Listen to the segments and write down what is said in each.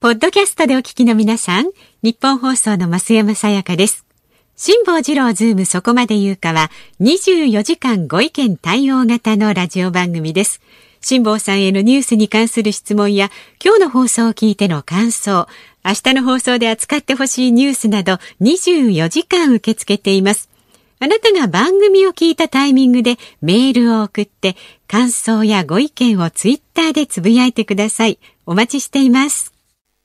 ポッドキャストでお聞きの皆さん、日本放送の増山さやかです。辛坊治郎ズームそこまで言うかは24時間ご意見対応型のラジオ番組です。辛坊さんへのニュースに関する質問や今日の放送を聞いての感想、明日の放送で扱ってほしいニュースなど24時間受け付けています。あなたが番組を聞いたタイミングでメールを送って感想やご意見をツイッターでつぶやいてください。お待ちしています。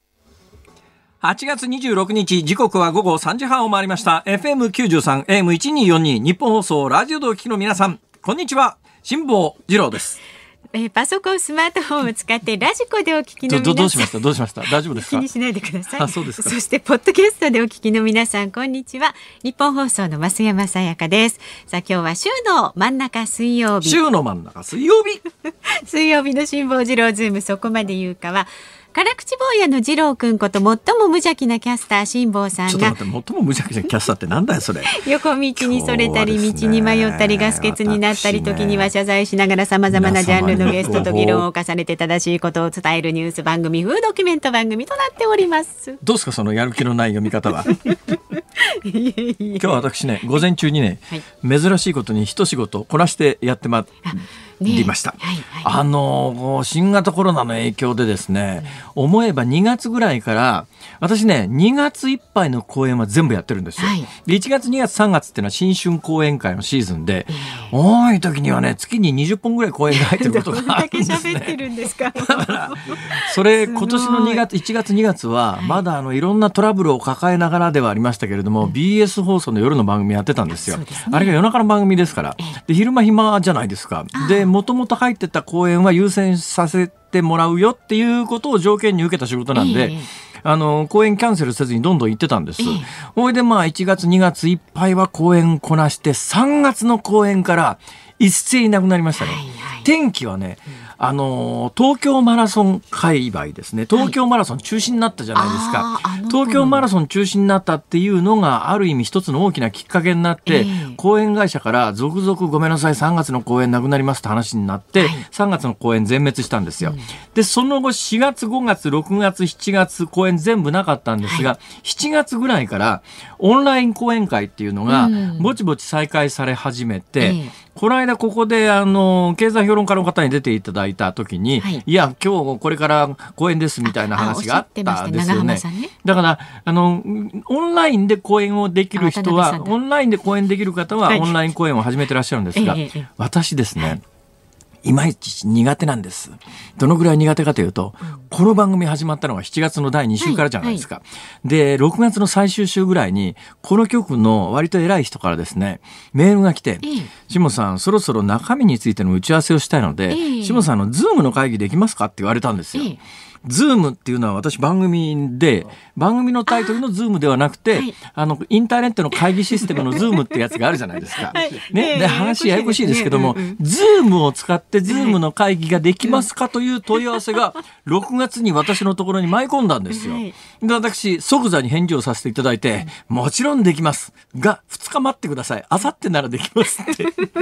8月26日時刻は午後3時半を回りました。 FM93 AM1242 日本放送ラジオでお聞きの皆さん、こんにちは。辛坊治郎です。 パソコンスマートフォンを使ってラジコでお聞きの皆さん、 どうしました大丈夫ですか？ 気にしないでください。 あ、そうですか。 そしてポッドキャストでお聞きの皆さん、こんにちは。日本放送の増山さやかです。さあ、今日は週の真ん中水曜日週の真ん中水曜日水曜日の辛坊治郎ズームそこまで言うかは、辛口坊やの次郎くんこと最も無邪気なキャスター辛坊さんが、 ちょっと待って、最も無邪気なキャスターってなんだよそれ。 横道にそれたり、道に迷ったり、ガス欠になったり、時には謝罪しながら様々なジャンルのゲストと議論を重ねて正しいことを伝えるニュース番組、フードキュメント番組となっております。 どうですか、そのやる気のない読み方は。今日は私ね、午前中にね、珍しいことに一仕事こなしてやってまいりました。新型コロナの影響でですね、思えば2月ぐらいから私ね、2月いっぱいの公演は全部やってるんですよ。で1月2月3月っていうのは新春公演会のシーズンで、多い時にはね、月に20本ぐらい公演が入ってることがあるんですね。 どれだけ喋ってるんですか？ だからそれ今年の1月2月はまだいろんなトラブルを抱えながらではありましたけれども、BS 放送の夜の番組やってたんですよ。あれが夜中の番組ですから。で昼間暇じゃないですか。でもともと入ってた公演は優先させてもらうよっていうことを条件に受けた仕事なんで、公演キャンセルせずにどんどん行ってたんです。ほいで1月2月いっぱいは公演こなして、3月の公演から一斉になくなりましたね。天気はね、東京マラソン界隈ですね。東京マラソン中止になったじゃないですか。東京マラソン中止になったっていうのがある意味一つの大きなきっかけになって、公演会社から続々ごめんなさい3月の公演なくなりますって話になって、3月の公演全滅したんですよ。でその後4月5月6月7月公演全部なかったんですが、7月ぐらいからオンライン講演会っていうのがぼちぼち再開され始めて、この間ここで経済評論家の方に出ていただいた時に、いや今日これから講演ですみたいな話があったんですよね。だからオンラインで講演をできる人は、オンラインで講演できる方はオンライン講演を始めてらっしゃるんですが、私ですね、いまいち苦手なんです。どのぐらい苦手かというと、この番組始まったのが7月の第2週からじゃないですか。で6月の最終週ぐらいにこの局の割と偉い人からですね、メールが来て、下野さんそろそろ中身についての打ち合わせをしたいので、下野さんズームの会議できますかって言われたんですよ。ズームっていうのは私番組で、番組のタイトルのズームではなくて、インターネットの会議システムのズームってやつがあるじゃないですか。ね、で話ややこしいですけども、ズームを使ってズームの会議ができますかという問い合わせが6月に私のところに舞い込んだんですよ。で私即座に返事をさせていただいて、もちろんできますが2日待ってください、明後日ならできますって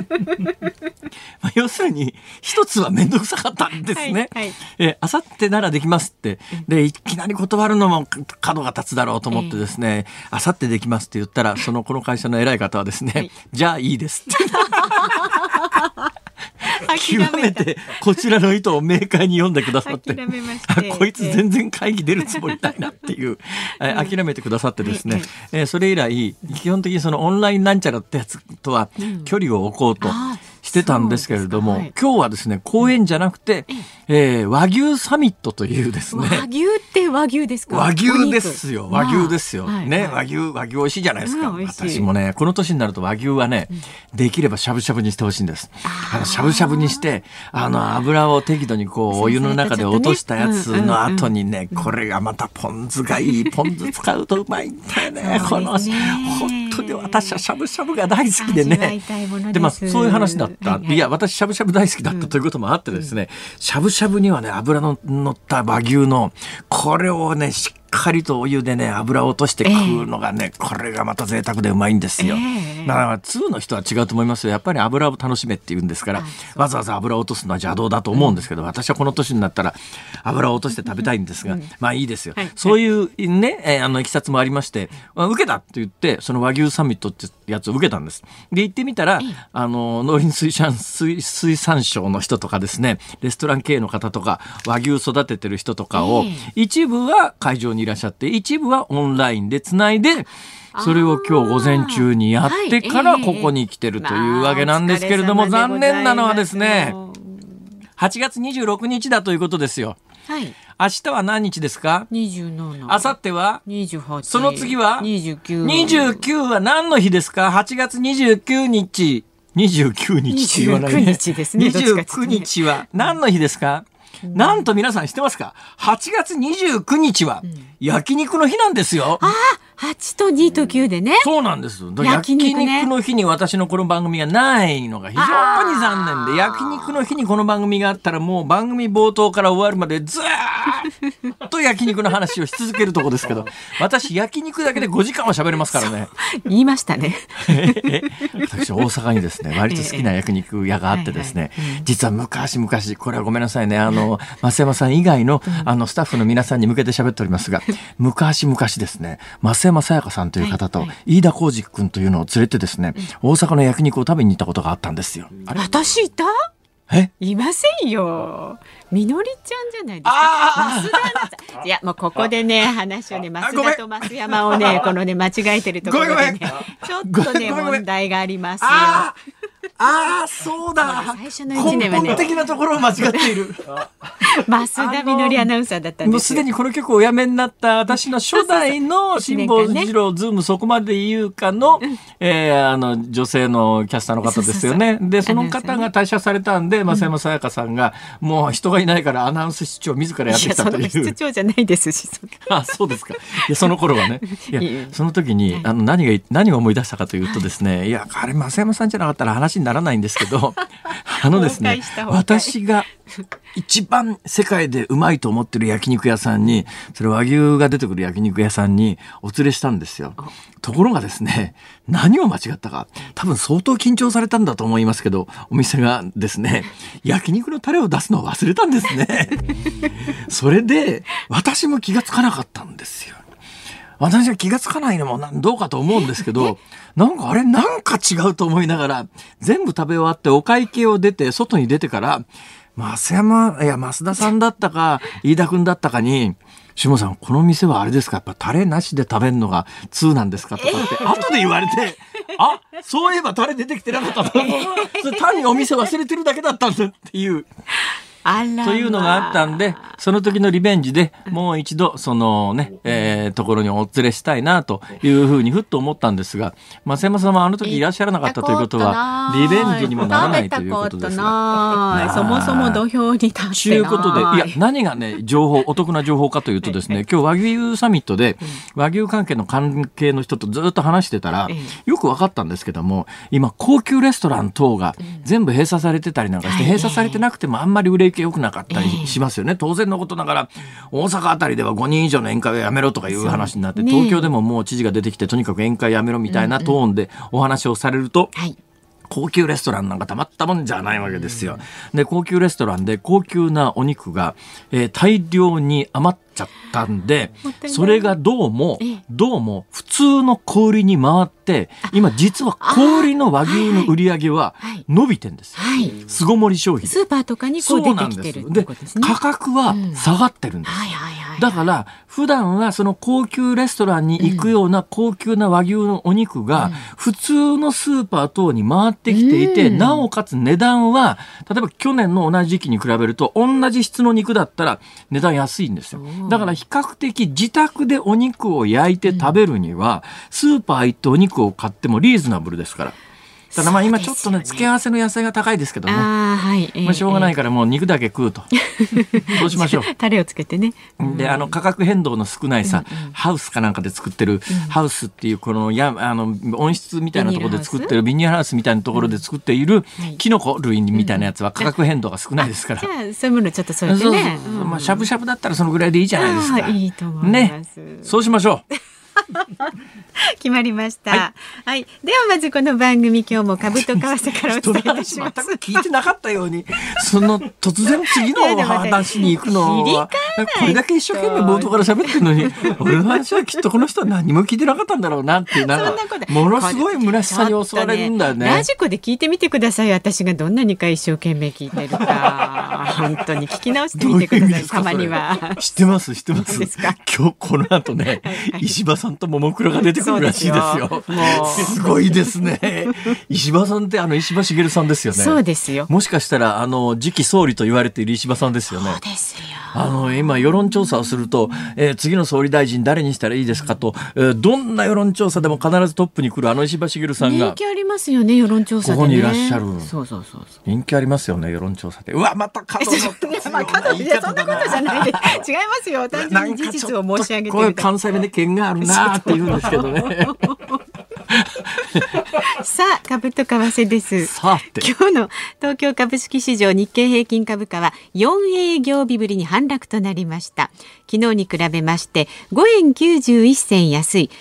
要するに一つは面倒くさかったんですね。明後日ならできますって、でいきなり断るのも角が立つだろうと思ってですね、明後日できますって言ったら、この会社の偉い方はですね、じゃあいいですって極めてこちらの意図を明快に読んでくださって、こいつ全然会議出るつもりないなっていう諦めてくださってですね、それ以来基本的にそのオンラインなんちゃらってやつとは距離を置こうとしてたんですけれども、今日はですね講演じゃなくて、和牛サミットというですね。 和牛って和牛ですか？ 和牛ですよ、和牛ですよ、ね、和牛美味しいじゃないですか。私もねこの年になると和牛はね、できればしゃぶしゃぶにしてほしいんです。しゃぶしゃぶにして油を適度にお湯の中で落としたやつの後にね、これがまたポン酢がいい。ポン酢使うとうまいんだよね。本当に私はしゃぶしゃぶが大好きでね。でそういう話だった。いや私しゃぶしゃぶ大好きだったということもあってですね、しゃぶしゃぶにはね油の乗った和牛のこれをねしっかりとお湯でね油を落として食うのがね、これがまた贅沢でうまいんですよ。だから2の人は違うと思いますよ。やっぱり油を楽しめって言うんですから、わざわざ油を落とすのは邪道だと思うんですけど、私はこの年になったら油を落として食べたいんですが、まあいいですよ。そういうね、いきさつもありまして、受けたって言ってその和牛サミットってやつを受けたんです。で行ってみたら、農林水産省の人とかですね、レストラン系の方とか和牛育ててる人とかを、一部は会場にいらっしゃって、一部はオンラインでつないで、それを今日午前中にやってからここに来てるというわけなんですけれども、残念なのはですね、8月26日だということですよ。はい。明日は何日ですか？27。明後日は28。その次は29。29は何の日ですか？8月29日。29日って言わないね。29日ですね。29日は何の日ですか？なんと皆さん知ってますか？8月29日は焼肉の日なんですよ。 8と2と9でね。 そうなんです。焼肉の日に私のこの番組がないのが非常に残念で、焼肉の日にこの番組があったらもう番組冒頭から終わるまでずーっと焼肉の話をし続けるとこですけど、私焼肉だけで5時間は喋れますからね。 言いましたね。 私大阪にですね、割と好きな焼肉屋があってですね、実は昔これはごめんなさいね、増山さん以外のスタッフの皆さんに向けて喋っておりますが、昔ですね、増山さやかさんという方と飯田浩二君というのを連れてですね、大阪の焼肉を食べに行ったことがあったんですよ。 私いた？いませんよ。みのりちゃんじゃないですか。増田アナウンサー。いやもうここでね話をね、増田と増山をねこのね間違えてるところでねちょっとね問題がありますよ。 そうだ。 最初の1年はね、 根本的なところを間違っている。 増田みのりアナウンサーだったんですよ。 もうすでにこの曲をおやめになった私の初代の辛坊治郎ズームそこまで言うかの、女性のキャスターの方ですよね。でその方が退社されたんで、増山さやかさんがもう人がいないからアナウンス室長自らやってきたという。いやその室長じゃないですし。 そうですか。いやその頃はね。いやその時に何を思い出したかというとですね、いやあれ増山さんじゃなかったら話にならないんですけど、ですね、私が一番世界でうまいと思ってる焼肉屋さんに、それ和牛が出てくる焼肉屋さんにお連れしたんですよ。ところがですね、何を間違ったか、多分相当緊張されたんだと思いますけど、お店がですね、焼肉のタレを出すのを忘れたんですね。それで私も気がつかなかったんですよ。私は気がつかないのもどうかと思うんですけど、なんか違うと思いながら全部食べ終わってお会計を出て外に出てから、増田さんだったか飯田君だったかに、下さんこの店はあれですか、やっぱタレなしで食べるのが2なんですかとかって後で言われて、そういえばタレ出てきてなかったと思う。それ単にお店忘れてるだけだったんだっていうというのがあったんで、その時のリベンジでもう一度そのね、ところにお連れしたいなというふうにふっと思ったんですが、増山さんはあの時いらっしゃらなかったということはリベンジにもならないということですが、 そもそも土俵に立ってないということで、何がねお得な情報かというとですね、今日和牛サミットで和牛関係のの人とずっと話してたらよく分かったんですけども、今高級レストラン等が全部閉鎖されてたりなんかして、閉鎖されてなくてもあんまり売れ行き良くなかったりしますよね。当然のことながら大阪あたりでは5人以上の宴会をやめろとかいう話になって、東京でももう知事が出てきてとにかく宴会やめろみたいなトーンでお話をされると、高級レストランなんかたまったもんじゃないわけですよ。で高級レストランで高級なお肉が、大量に余っちゃったんで、それがどうも普通の小売りに回って、今実は小売りの和牛の売り上げは伸びてんですよ。巣ごもり消費でスーパーとかにこう出てきてるってことですね。 で価格は下がってるんです。だから普段はその高級レストランに行くような高級な和牛のお肉が普通のスーパー等に回ってきていて、なおかつ値段は例えば去年の同じ時期に比べると同じ質の肉だったら値段安いんですよ。だから比較的自宅でお肉を焼いて食べるには、スーパー行ってお肉を買ってもリーズナブルですから。 ただまあ今ちょっとね付け合わせの野菜が高いですけどね、 はい、 まあ、しょうがないからもう肉だけ食うとそうしましょう。 タレをつけてね。 で価格変動の少ないさ、ハウスかなんかで作ってる、ハウスっていうこの温室みたいなところで作ってるビニールハウスみたいなところで作っているキノコ類みたいなやつは価格変動が少ないですから、 じゃあそういうものちょっとそうやってね、 まあ、しゃぶしゃぶだったらそのぐらいでいいじゃないですか。 いいと思います、 ね、そうしましょう。 決まりました、はい、ではまずこの番組今日も株と為替からお伝えします。 全く聞いてなかったようにその突然次の話に行くのはこれだけ一生懸命冒頭から喋ってるのに俺の話はきっとこの人は何も聞いてなかったんだろうなっていうなんかものすごい虚しさに襲われるんだよね。 ラジコで聞いてみてください。私がどんなにか一生懸命聞いてるか本当に聞き直してみてください。たまには知ってます今日この後ね、石破さんとももクロが出てくるらしいですよ。すごいですね。石破さんって石破茂さんですよね。 そうですよ。 もしかしたら次期総理と言われている石破さんですよね。 そうですよ。 今世論調査をすると、次の総理大臣誰にしたらいいですかと、どんな世論調査でも必ずトップに来る石破茂さんが人気ありますよね。世論調査でねここにいらっしゃる。 そう人気ありますよね世論調査で。うわまた角のそんなことじゃないです違いますよ。単純に事実を申し上げてみたい。 こういう関西弁で剣があるなって言うんですけどねさあ株と為替です。 さて今日の東京株式市場日経平均株価は4営業日ぶりに反落となりました。昨日に比べまして5円91銭安い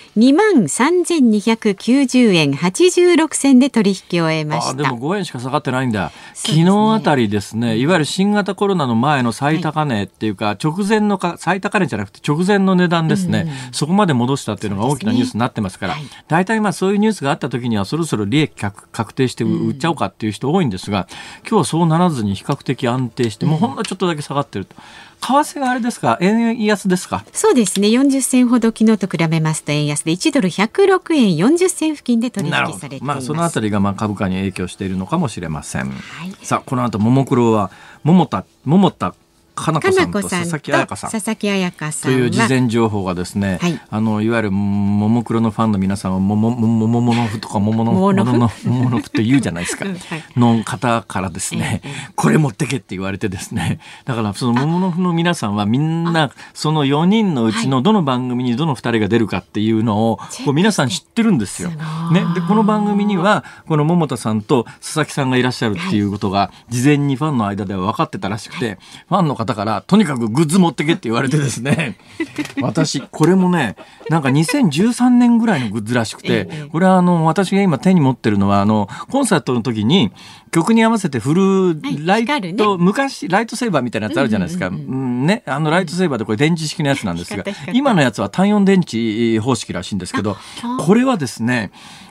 23,290 円86銭で取引を終えました。 でも5円しか下がってないんだ。昨日あたりですね、いわゆる新型コロナの前の最高値っていうか、直前の最高値じゃなくて直前の値段ですね、そこまで戻したっていうのが大きなニュースになってますから、だいたいそういうニュースがあった時にはそろそろ利益確定して売っちゃおうかっていう人多いんですが、今日はそうならずに比較的安定して、もうほんのちょっとだけ下がってると。為替があれですか、円安ですか。 そうですね、40銭ほど昨日と比べますと円安で1ドル106円40銭付近で取引されています。 そのあたりが株価に影響しているのかもしれません、さあこの後ももクロは桃田かなこさんと佐々木彩香さんという事前情報がですね、いわゆるももクロのファンの皆さんはもものふとかもものふって言うじゃないですかの方からですね、これ持ってけって言われてですね、だからそのもものふの皆さんはみんなその4人のうちのどの番組にどの2人が出るかっていうのをこう皆さん知ってるんですよ、ね、でこの番組にはこの桃田さんと佐々木さんがいらっしゃるっていうことが事前にファンの間では分かってたらしくて、ファンの方だからとにかくグッズ持ってけって言われてですね私これもねなんか2013年ぐらいのグッズらしくて、これは私が今手に持ってるのはコンサートの時に曲に合わせて振るライト、昔ライトセーバーみたいなやつあるじゃないですか、ライトセーバーでこれ電池式のやつなんですが、今のやつは単4電池方式らしいんですけど、これはですね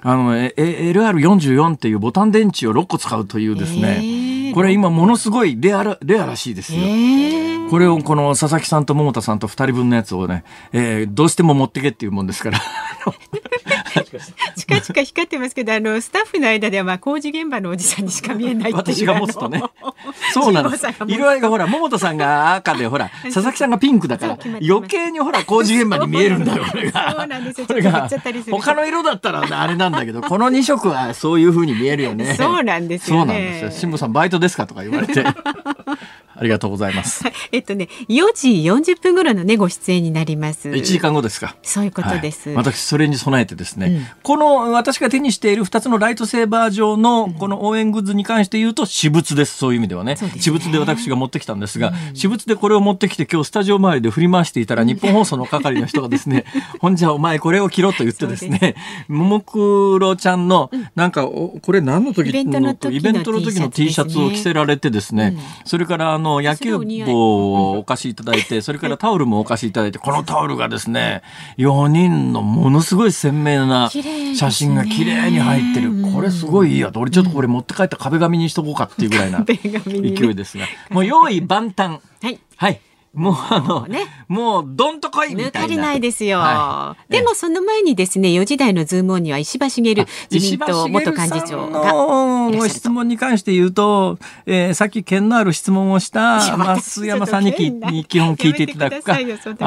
LR44 っていうボタン電池を6個使うというですね、これ今ものすごいレアらしいですよ。これをこの佐々木さんと桃田さんと2人分のやつをね、どうしても持ってけっていうもんですからチカチカ光ってますけどスタッフの間では工事現場のおじさんにしか見えないっていう私が持つとねそうなんです。色合いがほら桃田さんが赤でほら佐々木さんがピンクだから余計にほら工事現場に見えるんだよこれが。 そうなんですよ。 これが他の色だったらあれなんだけどこの2色はそういう風に見えるよね。 そうなんですよね。 そうなんですよ。辛坊さんバイトですかとか言われてありがとうございます。 4時40分頃のねご出演になります。 1時間後ですか。 そういうことです、 私それに備えてですね、この私が手にしている2つのライトセーバー上のこの応援グッズに関して言うと私物です。そういう意味ではね、私物で私が持ってきたんですが、私物でこれを持ってきて今日スタジオ周りで振り回していたら日本放送の係の人がですねほんじゃお前これを着ろと言ってですね、ももクロちゃんのなんかこれ何の時のイベントの時の T シャツを着せられてですね、それから野球帽をお貸しいただいて、それからタオルもお貸しいただいて、このタオルがですね4人のものすごい鮮明な写真が綺麗に入ってる。これすごいいいやと、俺ちょっとこれ持って帰った壁紙にしとこうかっていうぐらいな勢いですが、もう用意万端。はい、 もうね、 もうどんと来いみたいな。 抜かりないですよ。 はい、 でもその前にですね、4時台のズームオンには石破茂自民党元幹事長がの質問に関して言うと、さっき剣のある質問をした増山さんに基本聞いていただくか、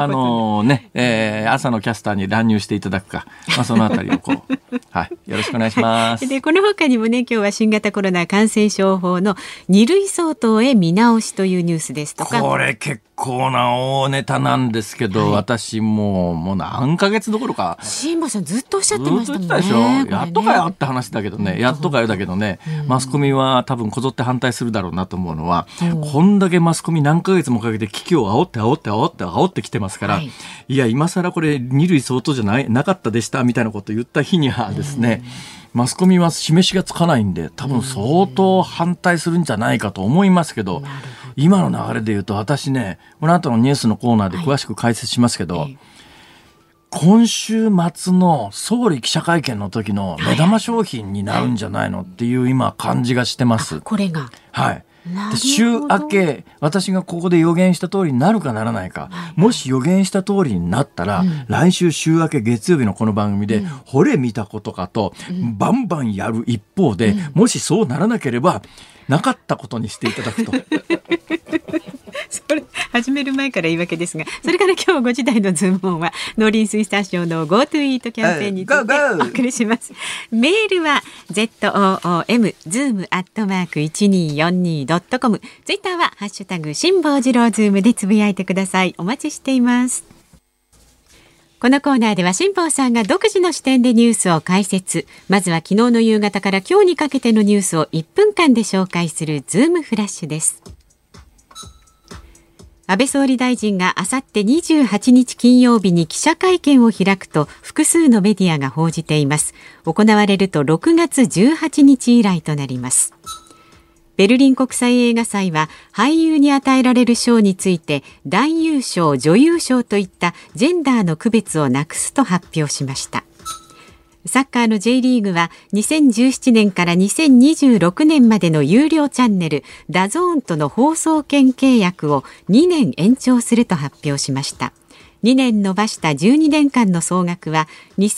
朝のキャスターに乱入していただくか、そのあたりをはい、よろしくお願いします。 で、この他にもね、今日は新型コロナ感染症法の2類相当へ見直しというニュースですとか。 これ結構な大ネタなんですけど、私もう何ヶ月どころか。 辛坊さんずっとおっしゃってましたもんね。 ずっと言ってたでしょ。やっとかよって話だけどね、やっとかよだけどね、マスコミは多分こぞって反対するだろうなと思うのは、こんだけマスコミ何ヶ月もかけて危機を煽ってきてますから、いや今更これ2類相当じゃなかったでしたみたいなことを言った日にはですね、マスコミは示しがつかないんで、多分相当反対するんじゃないかと思いますけど、今の流れで言うと私ね、この後のニュースのコーナーで詳しく解説しますけど、今週末の総理記者会見の時の目玉商品になるんじゃないのっていう今感じがしてます。 これが。 はい。で週明け私がここで予言した通りになるかならないか、もし予言した通りになったら、来週週明け月曜日のこの番組で、ほれ見たことかとバンバンやる一方で、もしそうならなければなかったことにしていただくとそれ始める前から言い訳ですが、それから今日5時台のズームオンは農林水産省の GoTo イートキャンペーンについてお送りします。メールは zoom@1242.com、 ツイッターはハッシュタグ辛坊治郎ズームでつぶやいてください。お待ちしています。このコーナーでは辛坊さんが独自の視点でニュースを解説。まずは昨日の夕方から今日にかけてのニュースを1分間で紹介するズームフラッシュです。安倍総理大臣があさって28日金曜日に記者会見を開くと複数のメディアが報じています。行われると6月18日以来となります。ベルリン国際映画祭は俳優に与えられる賞について男優賞、女優賞といったジェンダーの区別をなくすと発表しました。サッカーの J リーグは2017年から2026年までの有料チャンネルダゾーンとの放送権契約を2年延長すると発表しました。2年延ばした12年間の総額は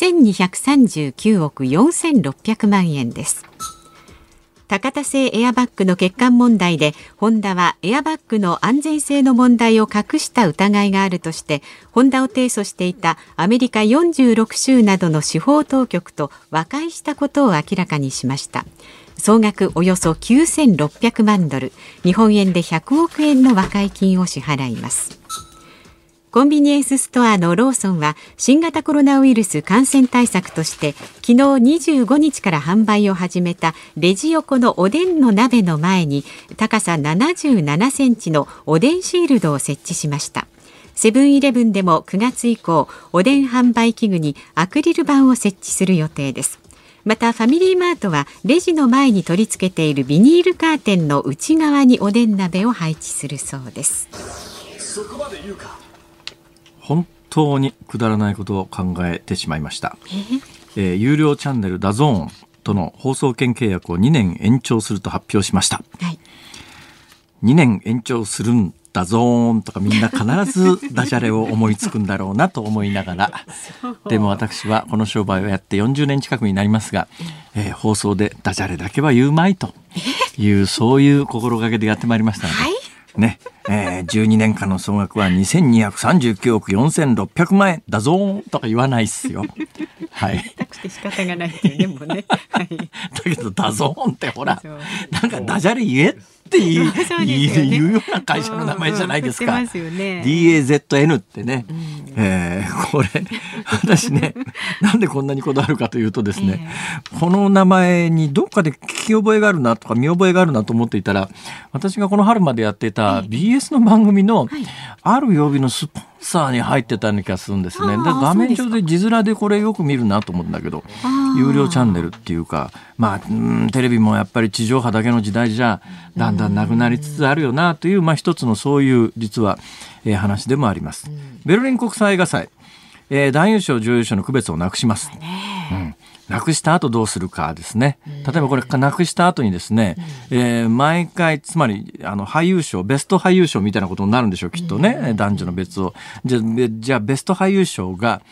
2239億4600万円です。高田製エアバッグの欠陥問題でホンダはエアバッグの安全性の問題を隠した疑いがあるとしてホンダを提訴していたアメリカ46州などの司法当局と和解したことを明らかにしました。総額およそ9600万ドル、日本円で100億円の和解金を支払います。コンビニエンスストアのローソンは新型コロナウイルス感染対策として昨日25日から販売を始めたレジ横のおでんの鍋の前に高さ77センチのおでんシールドを設置しました。セブンイレブンでも9月以降おでん販売器具にアクリル板を設置する予定です。またファミリーマートはレジの前に取り付けているビニールカーテンの内側におでん鍋を配置するそうです。 そこまで言うか。本当にくだらないことを考えてしまいました。有料チャンネルダゾーンとの放送権契約を2年延長すると発表しました。2年延長するんダゾーンとかみんな必ずダジャレを思いつくんだろうなと思いながらでも私はこの商売をやって40年近くになりますが、放送でダジャレだけは言うまいというそういう心がけでやってまいりましたので、ね、12年間の総額は2239億4600万円だぞーんとか言わないっすよ。はい。 痛くて仕方がないっていうね、もうね。はい。 だけどだぞーんってほら、なんかダジャレ言えって言うような会社の名前じゃないですか。DAZN ってね。これ私ね、なんでこんなにこだわるかというとですね、この名前にどっかで聞き覚えがあるなとか見覚えがあるなと思っていたら、私がこの春までやっていた BS の番組のある曜日のスポンサーに入ってたような気がするんですね。で画面上で字面でこれよく見るなと思うんだけど、有料チャンネルっていうか、テレビもやっぱり地上波だけの時代じゃだんだんなくなりつつあるよなという、一つのそういう実は、話でもあります。ベルリン国際映画祭、男優賞女優賞の区別をなくします。 なくした後どうするかですね。例えばこれなくした後にですね、毎回つまり俳優賞ベスト俳優賞みたいなことになるんでしょうきっとね、男女の別をじゃあベスト俳優賞が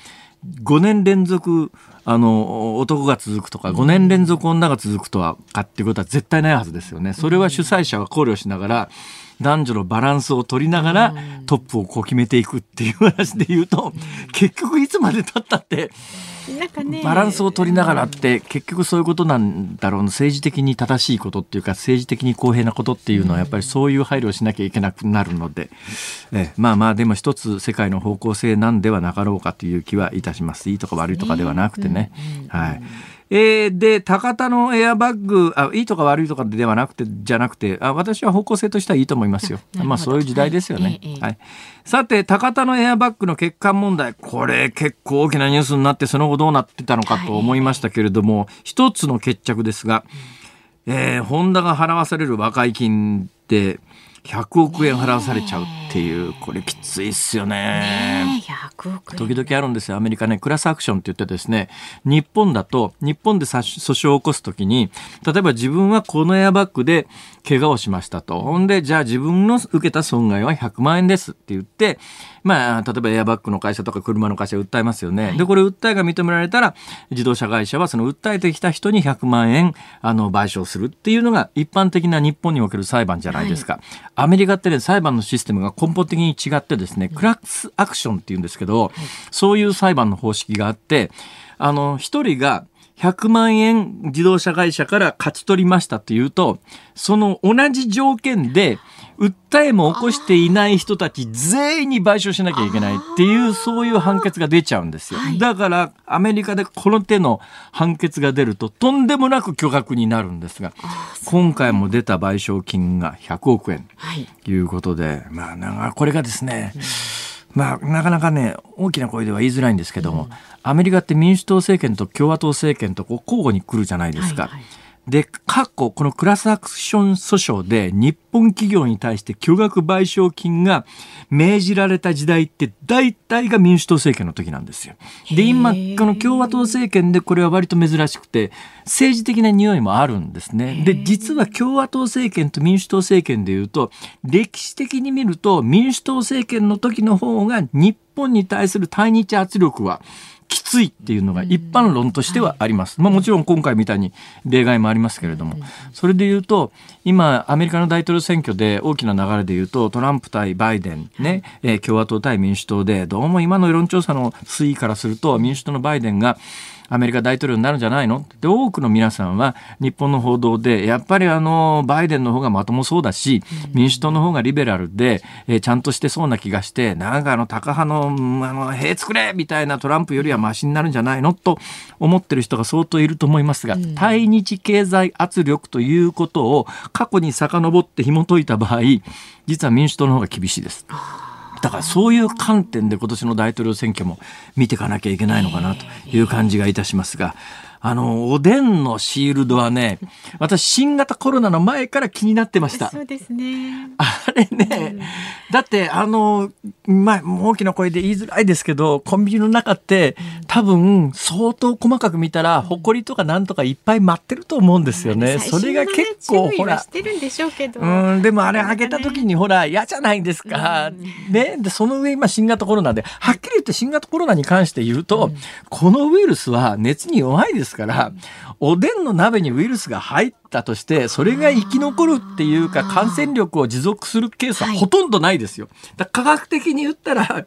5年連続男が続くとか5年連続女が続くとはかっていうことは絶対ないはずですよね。それは主催者は考慮しながら男女のバランスを取りながらトップをこう決めていくっていう話で言うと、結局いつまで経ったってなんかね、 バランスを取りながらって結局そういうことなんだろう。政治的に正しいことっていうか政治的に公平なことっていうのはやっぱりそういう配慮をしなきゃいけなくなるので、まあまあでも一つ世界の方向性なんではなかろうかという気はいたします。いいとか悪いとかではなくてね、はい。で高田のエアバッグいいとか悪いとかではなくて私は方向性としてはいいと思いますよ。まあそういう時代ですよね、はい。さて高田のエアバッグの欠陥問題、これ結構大きなニュースになってその後どうなってたのかと思いましたけれども、一つの決着ですが、ホンダが払わされる和解金って100億円払わされちゃうっていう、これきついっすよね。100億円時々あるんですよ。アメリカね、クラスアクションって言ってですね、日本で訴訟を起こすときに、例えば自分はこのエアバッグで怪我をしましたと。ほんで、じゃあ自分の受けた損害は100万円ですって言って、まあ、例えばエアバッグの会社とか車の会社を訴えますよね。で、これ訴えが認められたら、自動車会社はその訴えてきた人に100万円賠償するっていうのが一般的な日本における裁判じゃないですか。アメリカってね、裁判のシステムが根本的に違ってですね、クラスアクションっていうんですけど、そういう裁判の方式があって、一人が100万円自動車会社から勝ち取りましたっていうと、その同じ条件で訴えも起こしていない人たち全員に賠償しなきゃいけないっていう、そういう判決が出ちゃうんですよ。だからアメリカでこの手の判決が出るととんでもなく巨額になるんですが、今回も出た賠償金が100億円ということで、まあこれがですね、まあ、なかなかね大きな声では言いづらいんですけども、アメリカって民主党政権と共和党政権とこう交互に来るじゃないですか。で、過去このクラスアクション訴訟で日本企業に対して巨額賠償金が命じられた時代って大体が民主党政権の時なんですよ。で、今この共和党政権でこれは割と珍しくて政治的な匂いもあるんですね。で、実は共和党政権と民主党政権でいうと歴史的に見ると民主党政権の時の方が日本に対する対日圧力はきついっていうのが一般論としてはあります。まあ、もちろん今回みたいに例外もありますけれども、それで言うと今アメリカの大統領選挙で大きな流れで言うとトランプ対バイデンね、共和党対民主党でどうも今の世論調査の推移からすると民主党のバイデンがアメリカ大統領になるんじゃないので、多くの皆さんは日本の報道でやっぱりバイデンの方がまともそうだし民主党の方がリベラルで、ちゃんとしてそうな気がして、なんかタカ派の兵作れみたいなトランプよりはマシになるんじゃないのと思ってる人が相当いると思いますが、対日経済圧力ということを過去に遡って紐解いた場合、実は民主党の方が厳しいです。だからそういう観点で今年の大統領選挙も見ていかなきゃいけないのかなという感じがいたしますが、おでんのシールドはね、私新型コロナの前から気になってました。 そうですね。 あれね、だってまあ、大きな声で言いづらいですけど、コンビニの中って多分相当細かく見たらホコリとかなんとかいっぱい舞ってると思うんですよね。それが結構ほらしてるんでしょうけど、 でもあれあげた時にほら嫌じゃないですか、ね。でその上今新型コロナで、はっきり言って新型コロナに関して言うと、このウイルスは熱に弱いですから、おでんの鍋にウイルスが入ったとしてそれが生き残るっていうか感染力を持続するケースはほとんどないですよ。だから科学的に言ったら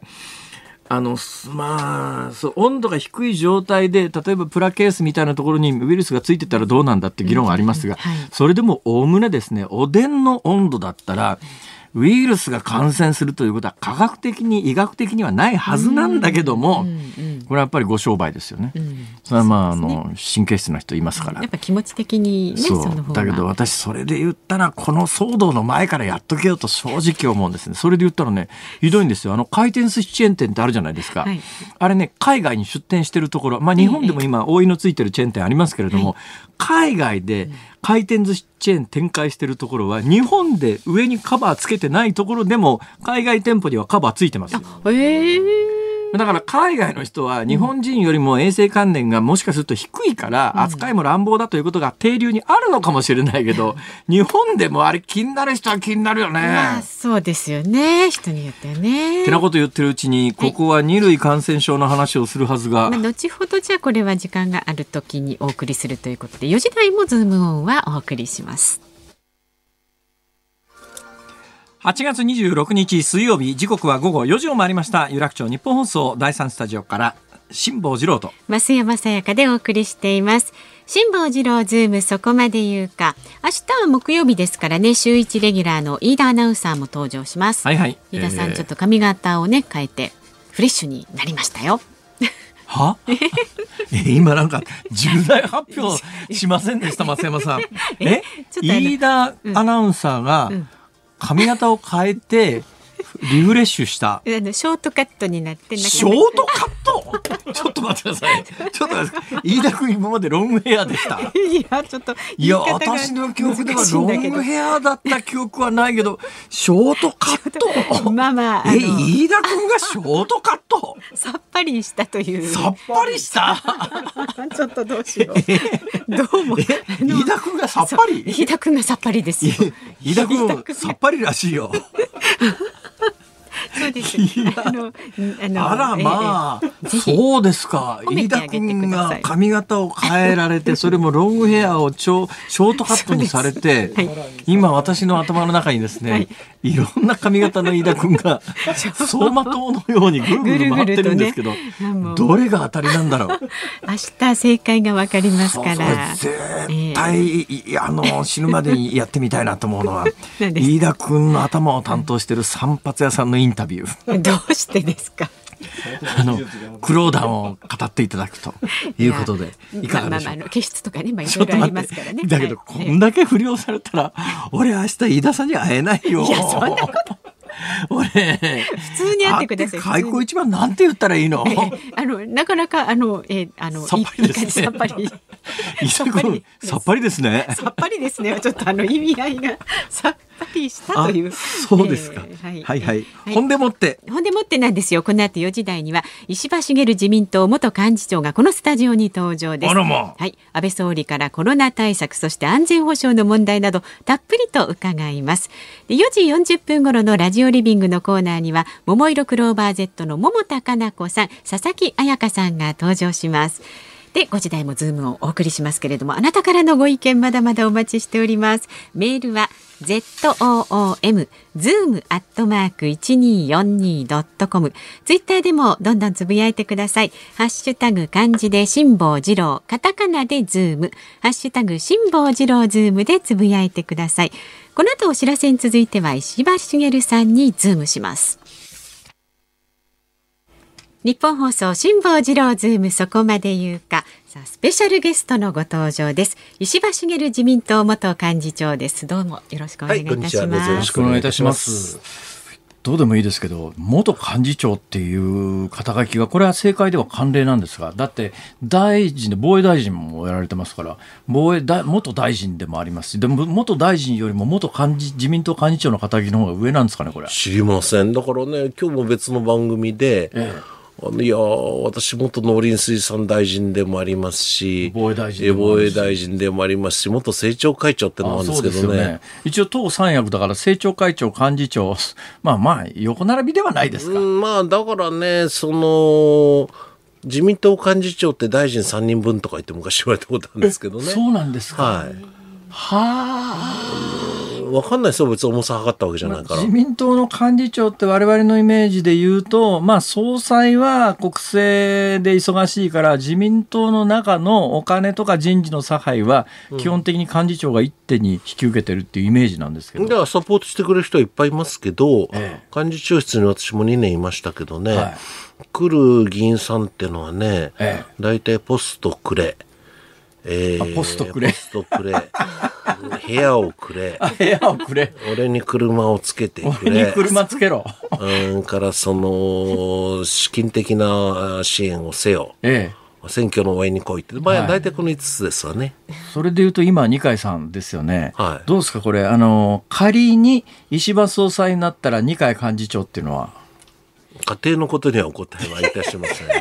まあ、温度が低い状態で例えばプラケースみたいなところにウイルスがついてたらどうなんだって議論がありますが、それでもおおむねですね、おでんの温度だったらウイルスが感染するということは科学的に医学的にはないはずなんだけども、これはやっぱりご商売ですよね。それはまあ神経質な人いますから、 やっぱ気持ち的にね、その方が。 だけど私それで言ったらこの騒動の前からやっとけよと正直思うんですね。それで言ったらね、ひどいんですよ。回転寿司チェーン店ってあるじゃないですか、あれね、海外に出店してるところ、まあ日本でも今覆いのついてるチェーン店ありますけれども、海外で回転寿司チェーン展開してるところは日本で上にカバーつけてないところでも海外店舗にはカバーついてますよ。 だから海外の人は日本人よりも衛生観念がもしかすると低いから扱いも乱暴だということが定流にあるのかもしれないけど、日本でもあれ気になる人は気になるよね。 まあ、そうですよね。人によってはね。 ってなこと言ってるうちにここは2類感染症の話をするはずが、 後ほどじゃあこれは時間があるときにお送りするということで、4時台もズームオンはお送りします。 8月26日水曜日、時刻は午後4時を回りました。有楽町日本放送第3スタジオから辛坊治郎と増山さやかでお送りしています。辛坊治郎ズームそこまで言うか。明日は木曜日ですからね、週1レギュラーの飯田アナウンサーも登場します。 はいはい、 飯田さん、ちょっと髪型をね変えてフレッシュになりましたよ。 は今なんか重大発表しませんでした増山さん。飯田アナウンサーが髪型を変えてリフレッシュした、 ショートカットになって。 ショートカットちょっと待ってください。ちょっと待ってください。飯田君今までロングヘアでした。 いやちょっといや私の記憶ではロングヘアだった記憶はないけどショートカットまあまあ、 飯田君がショートカットさっぱりしたという。 さっぱりしたちょっとどうしよう。どうも飯田君がさっぱり。 飯田君がさっぱりですよ。 飯田君さっぱりらしいよ。 そうです。 あらまあ、そうですか。飯田君が髪型を変えられて、それもロングヘアをショートカットにされて、はい、今私の頭の中にですね、はい、いろんな髪型の飯田君が走馬灯のようにぐるぐる回ってるんですけど、どれが当たりなんだろう。 明日正解がわかりますから。 絶対、死ぬまでにやってみたいなと思うのは飯田君の頭を担当している散髪屋さんのインタビュー。 どうしてですか。 苦労談を語っていただくということでいかがでしょうか。 気質とかね、いろいろありますからね。 だけど、こんだけ不良されたら俺明日飯田さんに会えないよ。 いやそんなこと俺普通に会ってください。 開口一番なんて言ったらいいの。 なかなかさっぱりですね。 さっぱりさっぱりですね。 さっぱりですね。ちょっと意味合いがさっぱりしたという。 そうですか。はいはい。ほんでもってなんですよ。この後4時台には石破茂自民党元幹事長がこのスタジオに登場です。はい。安倍総理からコロナ対策、そして安全保障の問題などたっぷりと伺います。で、4時40分頃のラジオリビングのコーナーには桃色クローバー Z の桃田かな子さん、佐々木彩香さんが登場します。で、5時台もズームをお送りしますけれども、あなたからのご意見まだまだお待ちしております。メールは zoom@1242.com、 ツイッターでもどんどんつぶやいてください。ハッシュタグ漢字で辛坊治郎、カタカナでズーム、ハッシュタグ辛坊治郎ズームでつぶやいてください。この後お知らせに続いては石破茂さんにズームします。日本放送辛坊治郎ズームそこまで言うか。さあ、スペシャルゲストのご登場です。石破茂自民党元幹事長です。どうもよろしくお願いいたします。 よろしくお願いいたします。どうでもいいですけど、元幹事長っていう肩書きがこれは政界では慣例なんですが、だって大臣で防衛大臣もやられてますから、元大臣でもありますし、でも元大臣よりも自民党幹事長の肩書きの方が上なんですかね。これ知りません。だからね、今日も別の番組で、いや私元農林水産大臣でもありますし、防衛大臣でもありますし、元政調会長ってのもあるんですけど ね、 一応党三役だから政調会長幹事長、まあ横並びではないですか。 だからね、自民党幹事長って大臣3人分とか言って昔言われたことあるんですけどね。 そうなんですか。 はい。分かんないですよ。別に重さ測ったわけじゃないから。 自民党の幹事長って我々のイメージで言うと、総裁は国政で忙しいから自民党の中のお金とか人事の差配は基本的に幹事長が一手に引き受けてるっていうイメージなんですけど、 だからサポートしてくれる人はいっぱいいますけど、幹事長室に私も2年いましたけどね、来る議員さんってのはね、大体ポストくれ、 ポストくれ部屋をくれ俺に車をつけてくれ、 俺に車つけろから資金的な支援をせよ、選挙の応援に来いって、大体この5つですわね。 それでいうと今二階さんですよね、どうですかこれ。仮に石破総裁になったら二階幹事長っていうのは。 家庭のことにはお答えはいたしません。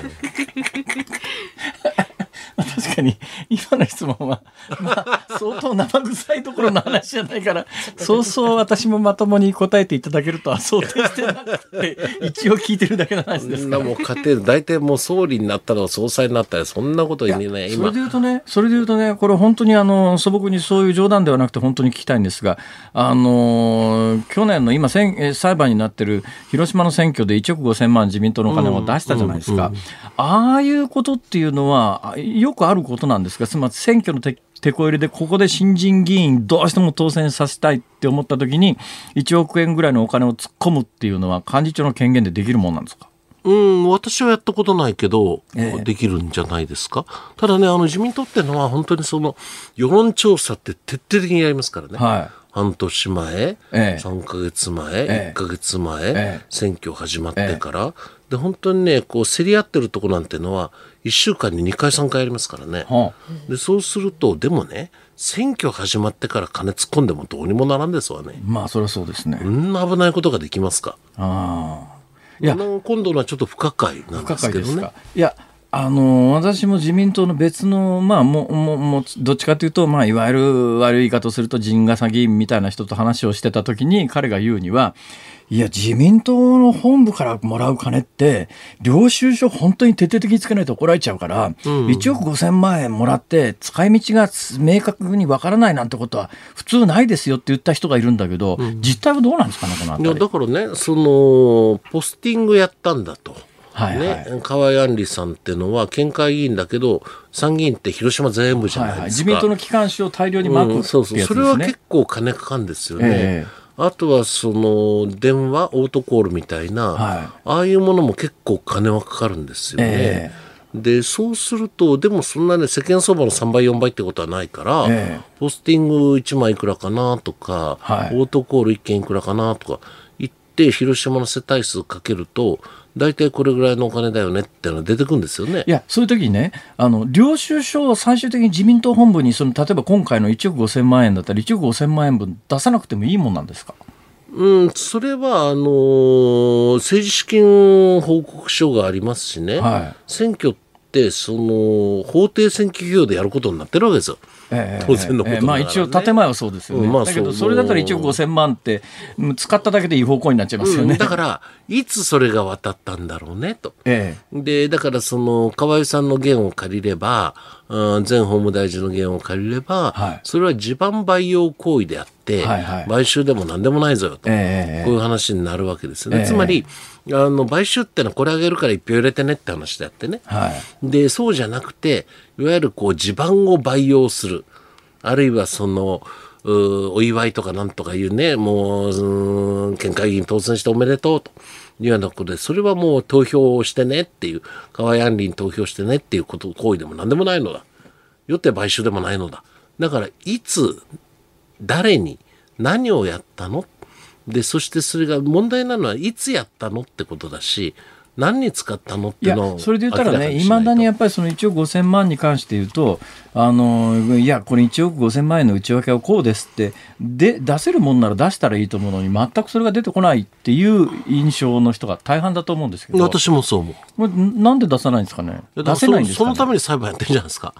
確かに今の質問は、相当生臭いところの話じゃないからそうそう私もまともに答えていただけるとは想定してなくて一応聞いてるだけの話ですから、 もう家庭大体もう総理になったら総裁になったらそんなこと言えない。 それで言うとねこれ本当に素朴にそういう冗談ではなくて本当に聞きたいんですが、去年の今裁判になってる広島の選挙で1億5000万自民党のお金を出したじゃないですか、ああいうことっていうのはよくあることなんですか。つまり選挙のてこ入れでここで新人議員どうしても当選させたいって思った時に1億円ぐらいのお金を突っ込むっていうのは幹事長の権限でできるもんなんですか。 私はやったことないけど、できるんじゃないですか。ただね自民党ってのは本当にその世論調査って徹底的にやりますからね、はい、半年前、3ヶ月前、1ヶ月前、選挙始まってから、で本当にねこう競り合ってるとこなんてのは1週間に2回3回ありますからね、でそうするとでもね選挙始まってから金突っ込んでもどうにもならんですわね。 まあそれはそうですね。 危ないことができますか。 いや今度のはちょっと不可解なんですけどね。 いや私も自民党の別の、どっちかというと、いわゆる悪い言い方をすると陣笠議員みたいな人と話をしてた時に彼が言うには、いや自民党の本部からもらう金って領収書本当に徹底的につけないと怒られちゃうから、1億5000万円もらって使い道が明確にわからないなんてことは普通ないですよって言った人がいるんだけど、実態はどうなんですかねこのあたり。 いやだからねポスティングやったんだと。河合案里さんってのは県会議員だけど参議院って広島全部じゃないですか、 自民党の機関紙を大量にまくってやつですね。 それは結構金かかるんですよね、あとはその電話オートコールみたいな、ああいうものも結構金はかかるんですよね、でそうするとでもそんなね世間相場の3倍4倍ってことはないから、ポスティング1枚いくらかなとか、オートコール1件いくらかなとか言って広島の世帯数かけると大体これぐらいのお金だよねっていうのが出てくるんですよね。 いやそういう時にね領収書を最終的に自民党本部に例えば今回の1億5000万円だったら1億5000万円分出さなくてもいいもんなんですか。 それは政治資金報告書がありますしね、選挙ってその法定選挙費用でやることになってるわけですよ。当然のことだからね。一応建前はそうですよね、だけどそれだったら1億5000万って使っただけでいい方向になっちゃいますよね、 だからいつそれが渡ったんだろうねと、でだからその河合さんの言を借りれば前法務大臣の言を借りれば、それは地盤培養行為であって、買収でも何でもないぞよと、こういう話になるわけですよね、つまり買収ってのはこれあげるから一票入れてねって話であってね、でそうじゃなくていわゆるこう地盤を培養する、あるいはそのお祝いとかなんとかいうねもう県会議員当選しておめでとうというようなことで、それはもう投票をしてねっていう河合案里に投票してねっていうこと行為でも何でもないのだよって買収でもないのだ。だからいつ誰に何をやったので、そしてそれが問題なのはいつやったのってことだし、何に使ったのっていうのをそれで言ったらね、いまだにやっぱりその1億5000万に関して言うといやこれ1億5000万円の内訳はこうですってで出せるもんなら出したらいいと思うのに全くそれが出てこないっていう印象の人が大半だと思うんですけど。 私もそう思う。 なんで出さないんですかね。出せないんですかね。 そのために裁判やってるじゃないですか。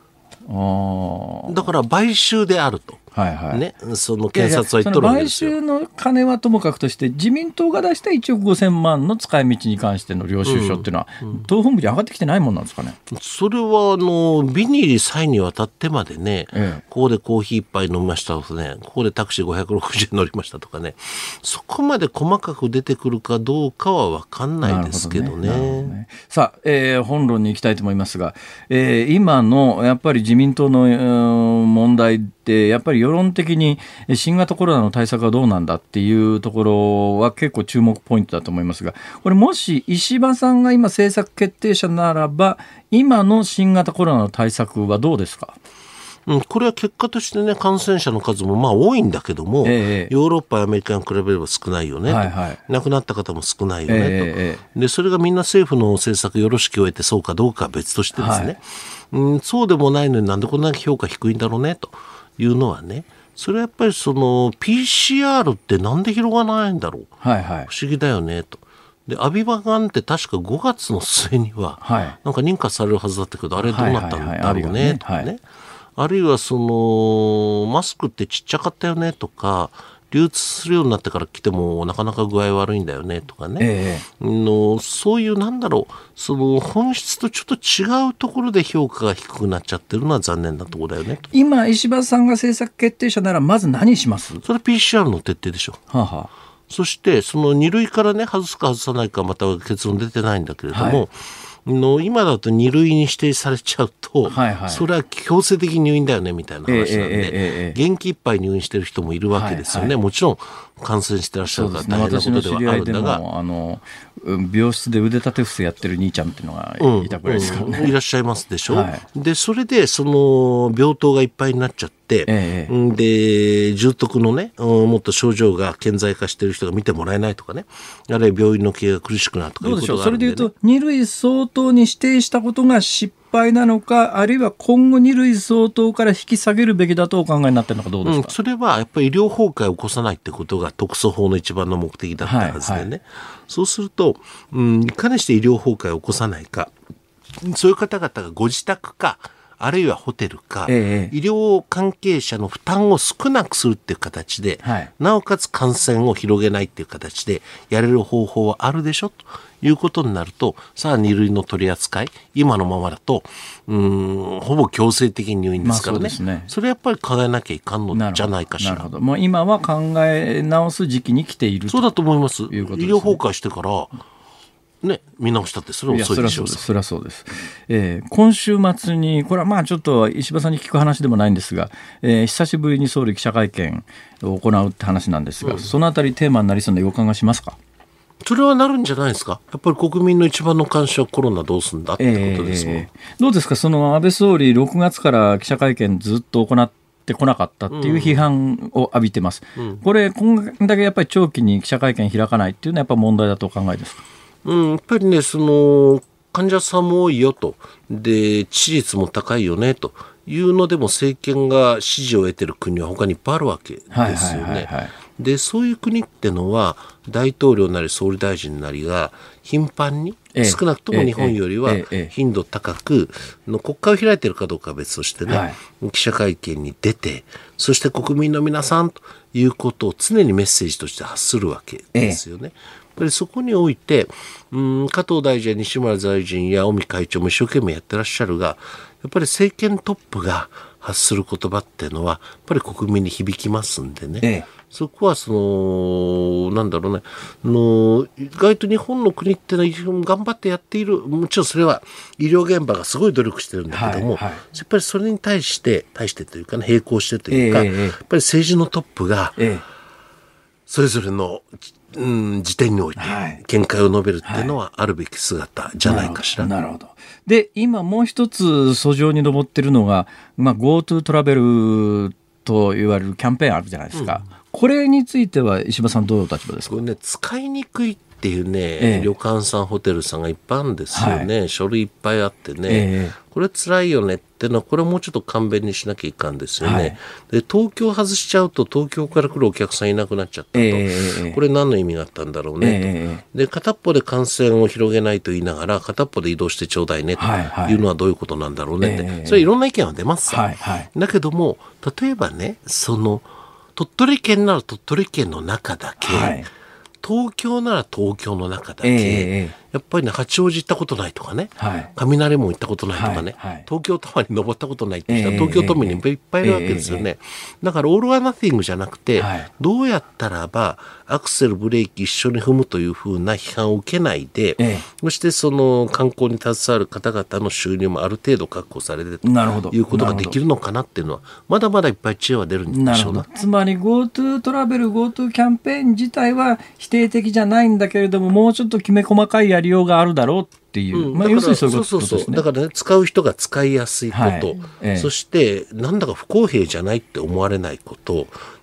だから買収であると、その検察は言っとるわけですよ。 買収の金はともかくとして自民党が出した1億5000万の使い道に関しての領収書っていうのは、党本部に上がってきてないもんなんですかね。 それはビニール際にわたってまでね、ここでコーヒー一杯飲みましたとかね、ここでタクシー560円乗りましたとかね、そこまで細かく出てくるかどうかは分かんないですけどね。 さあ、本論に行きたいと思いますが、今のやっぱり自民党の問題ってやっぱり世論的に新型コロナの対策はどうなんだっていうところは結構注目ポイントだと思いますが、これもし石破さんが今政策決定者ならば今の新型コロナの対策はどうですか。 これは結果としてね感染者の数も多いんだけども、ヨーロッパやアメリカに比べれば少ないよね、亡くなった方も少ないよね、とでそれがみんな政府の政策よろしく終えてそうかどうかは別としてですね、そうでもないのになんでこんなに評価低いんだろうねというのはね、それはやっぱりその PCR ってなんで広がらないんだろう、不思議だよねと。 でアビバガンって確か5月の末にはなんか認可されるはずだったけど、あれどうなったんだろうねとかね、あるいはそのマスクってちっちゃかったよねとか、流通するようになってから来てもなかなか具合悪いんだよねとかね、そういうなんだろう、その本質とちょっと違うところで評価が低くなっちゃってるのは残念なところだよねと。 今石破さんが政策決定者ならまず何します？ それは PCR の徹底でしょ。そしてその2類からね外すか外さないかまた結論出てないんだけれども、今だと2類に指定されちゃうと、それは強制的入院だよねみたいな話なんで、元気いっぱい入院してる人もいるわけですよね。もちろん感染してらっしゃるから大変なことではあるんだが、 病室で腕立て伏せやってる兄ちゃんっていうのがいたくらいですからね、 いらっしゃいますでしょ、でそれでその病棟がいっぱいになっちゃって、で重篤のねもっと症状が顕在化している人が見てもらえないとかね、あるいは病院の経営が苦しくなるとかいうことがあるんで、ね、 どうでしょう。それでいうと2類相当に指定したことが失敗なのか、あるいは今後2類相当から引き下げるべきだとお考えになっているのか、どうですか？ それはやっぱり医療崩壊を起こさないってことが特措法の一番の目的だったはずでね、そうすると、いかにして医療崩壊を起こさないか、そういう方々がご自宅かあるいはホテルか、医療関係者の負担を少なくするっていう形で、なおかつ感染を広げないっていう形でやれる方法はあるでしょということになると、さあ2類の取り扱い今のままだとほぼ強制的に入院ですからね、それやっぱり考えなきゃいかんのじゃないかしら。 なるほど。もう今は考え直す時期に来ている。 そうだと思います。 医療崩壊してからね、見直したってそれは遅いでしょう。 それはそうです。今週末に、これはまあちょっと石破さんに聞く話でもないんですが、久しぶりに総理記者会見を行うって話なんですが、そのあたりテーマになりそうな予感がしますか？ それはなるんじゃないですか。やっぱり国民の一番の関心はコロナどうすんだってことですもん。 どうですか、その安倍総理6月から記者会見ずっと行ってこなかったっていう批判を浴びてます、これこんだけやっぱり長期に記者会見開かないっていうのはやっぱ問題だとお考えですか？ やっぱりね、その患者さんも多いよと、で致死率も高いよねというのでも政権が支持を得ている国は他にいっぱいあるわけですよね。でそういう国ってのは大統領なり総理大臣なりが頻繁に、少なくとも日本よりは頻度高くの国会を開いているかどうかは別としてね、記者会見に出て、そして国民の皆さんということを常にメッセージとして発するわけですよね。やっぱりそこにおいて加藤大臣や西村大臣や尾身会長も一生懸命やってらっしゃるが、やっぱり政権トップが発する言葉っていうのはやっぱり国民に響きますんでね、そこはそのなんだろうね、意外と日本の国ってのは頑張ってやっている、もちろんそれは医療現場がすごい努力してるんだけども、やっぱりそれに対してというかね、並行してというか、やっぱり政治のトップがそれぞれの時点において見解を述べるっていうのはあるべき姿じゃないかしら。 なるほど。で今もう一つ訴状に上っているのが、GoTo トラベルと言われるキャンペーンあるじゃないですか、これについては石破さんどういう立場ですか？ これね、使いにくいっていうね、旅館さんホテルさんがいっぱいあるんですよね、書類いっぱいあってね、これ辛いよねってのはこれもうちょっと簡便にしなきゃいかんですよね、で東京外しちゃうと東京から来るお客さんいなくなっちゃったと、これ何の意味があったんだろうねと、で片っぽで感染を広げないと言いながら片っぽで移動してちょうだいねというのはどういうことなんだろうねって、それいろんな意見は出ますさ、だけども例えばね、その鳥取県なら鳥取県の中だけ、東京なら東京の中だけ、やっぱりね、八王子行ったことないとかね、雷門行ったことないとかね、東京タワーに登ったことないって人は東京都民にいっぱいいるわけですよね。だからオール・ア・ナティングじゃなくて、どうやったらばアクセルブレーキ一緒に踏むというふうな批判を受けないで、そしてその観光に携わる方々の収入もある程度確保されてということができるのかなっていうのはまだまだいっぱい知恵は出るんでしょうね。 つまり GoTo トラベル GoTo キャンペーン自体は否定的じゃないんだけれども、もうちょっときめ細かいやりようがあるだろうっていう、要するにそういうことですね。 だからね、使う人が使いやすいこと、そしてなんだか不公平じゃないって思われないこと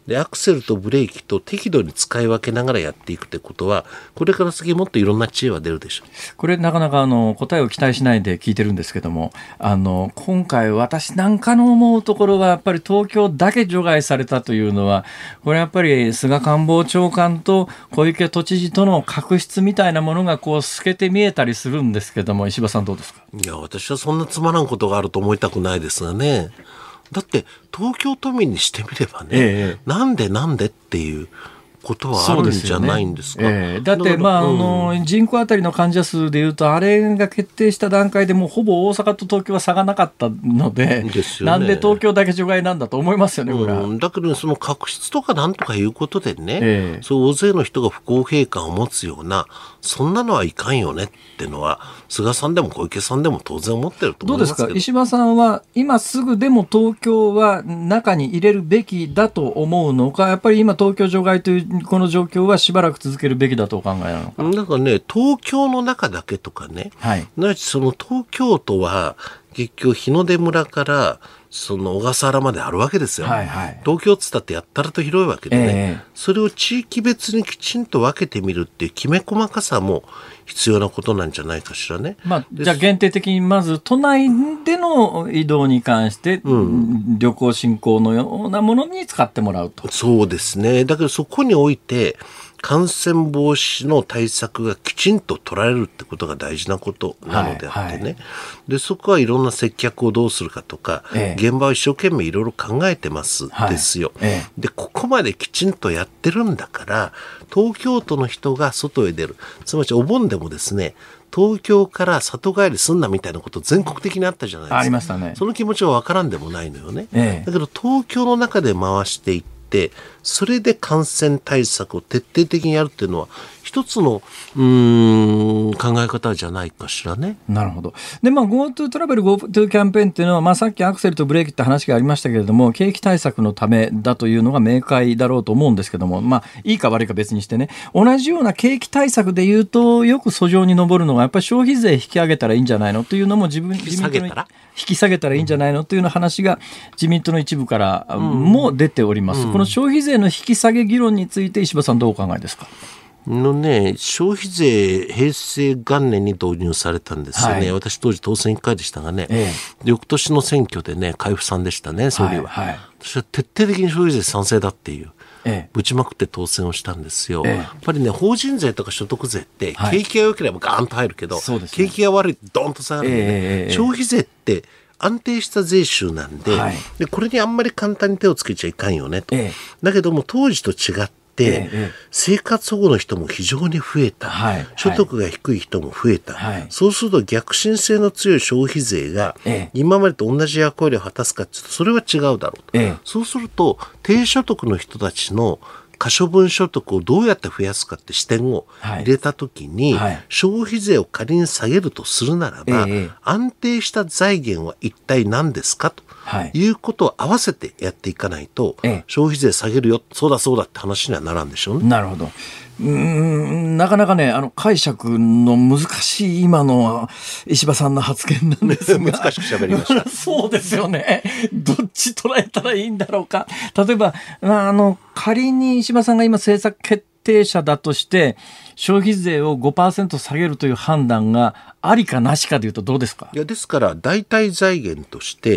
でアクセルとブレーキと適度に使い分けながらやっていくってことは、これから先もっといろんな知恵は出るでしょう。 これなかなか答えを期待しないで聞いてるんですけども、今回私なんかの思うところはやっぱり東京だけ除外されたというのは、これやっぱり菅官房長官と小池都知事との確執みたいなものがこう透けて見えたりするんですけども、石破さんどうですか？ いや、私はそんなつまらんことがあると思いたくないですがね。だって東京都民にしてみればね、なんでっていうことはあるんじゃないんですか。 だって、人口あたりの患者数でいうと、あれが決定した段階でもうほぼ大阪と東京は差がなかったので、なんで東京だけ除外なんだと思いますよね、これは。 だけど、その確執とかなんとかいうことでね、そう大勢の人が不公平感を持つような、そんなのはいかんよねってのは、菅さんでも小池さんでも当然思ってると思いますけど。 どうですか、石破さんは今すぐでも東京は中に入れるべきだと思うのか、やっぱり今東京除外というこの状況はしばらく続けるべきだとお考えなのか。 なんかね、東京の中だけとかね、その東京都は結局日の出村からその小笠原まであるわけですよ。東京っつったってやったらと広いわけでね、それを地域別にきちんと分けてみるっていうきめ細かさも必要なことなんじゃないかしらね。 じゃあ限定的にまず都内での移動に関して、旅行振興のようなものに使ってもらうと。 そうですね。だけどそこにおいて感染防止の対策がきちんと取られるってことが大事なことなのであってね、でそこはいろんな接客をどうするかとか、現場を一生懸命いろいろ考えてますですよ、でここまできちんとやってるんだから、東京都の人が外へ出る、つまりお盆でもですね、東京から里帰りすんなみたいなこと全国的にあったじゃないですか。 ありましたね。 その気持ちは分からんでもないのよね、だけど東京の中で回していって、それで感染対策を徹底的にやるっていうのは一つの考え方じゃないかしらね。 なるほど。で、GoTo トラベル GoTo キャンペーンっていうのは、さっきアクセルとブレーキって話がありましたけれども、景気対策のためだというのが明快だろうと思うんですけども、いいか悪いか別にしてね、同じような景気対策でいうとよく訴状に上るのが、やっぱり消費税引き上げたらいいんじゃないのというのも自民党の引き下げたらいいんじゃないのというの話が自民党の一部からも出ております、この消費税の引き下げ議論について石破さんどうお考えですか？ 消費税平成元年に導入されたんですよね、私当時当選1回でしたがね、翌年の選挙でね海部さんでしたね、総理は、私は徹底的に消費税賛成だっていうぶちまくって当選をしたんですよ、やっぱりね、法人税とか所得税って景気が良ければガーンと入るけど、景気が悪いとドーンと下がるんで、消費税って安定した税収なんで、でこれにあんまり簡単に手をつけちゃいかんよねと、だけども当時と違って生活保護の人も非常に増えた、所得が低い人も増えた、そうすると逆進性の強い消費税が今までと同じ役割を果たすかというとそれは違うだろうと、そうすると低所得の人たちの可処分所得をどうやって増やすかって視点を入れたときに、消費税を仮に下げるとするならば、安定した財源は一体何ですかということを合わせてやっていかないと、消費税下げるよ、そうだそうだって話にはならんでしょうね。 なるほど。なかなかね、解釈の難しい今の石破さんの発言なんですが難しく喋りましたそうですよね。どっち捉えたらいいんだろうか。例えば仮に石破さんが今政策決定者だとして消費税を 5% 下げるという判断がありかなしかでいうとどうですか？ いや、ですから代替財源として、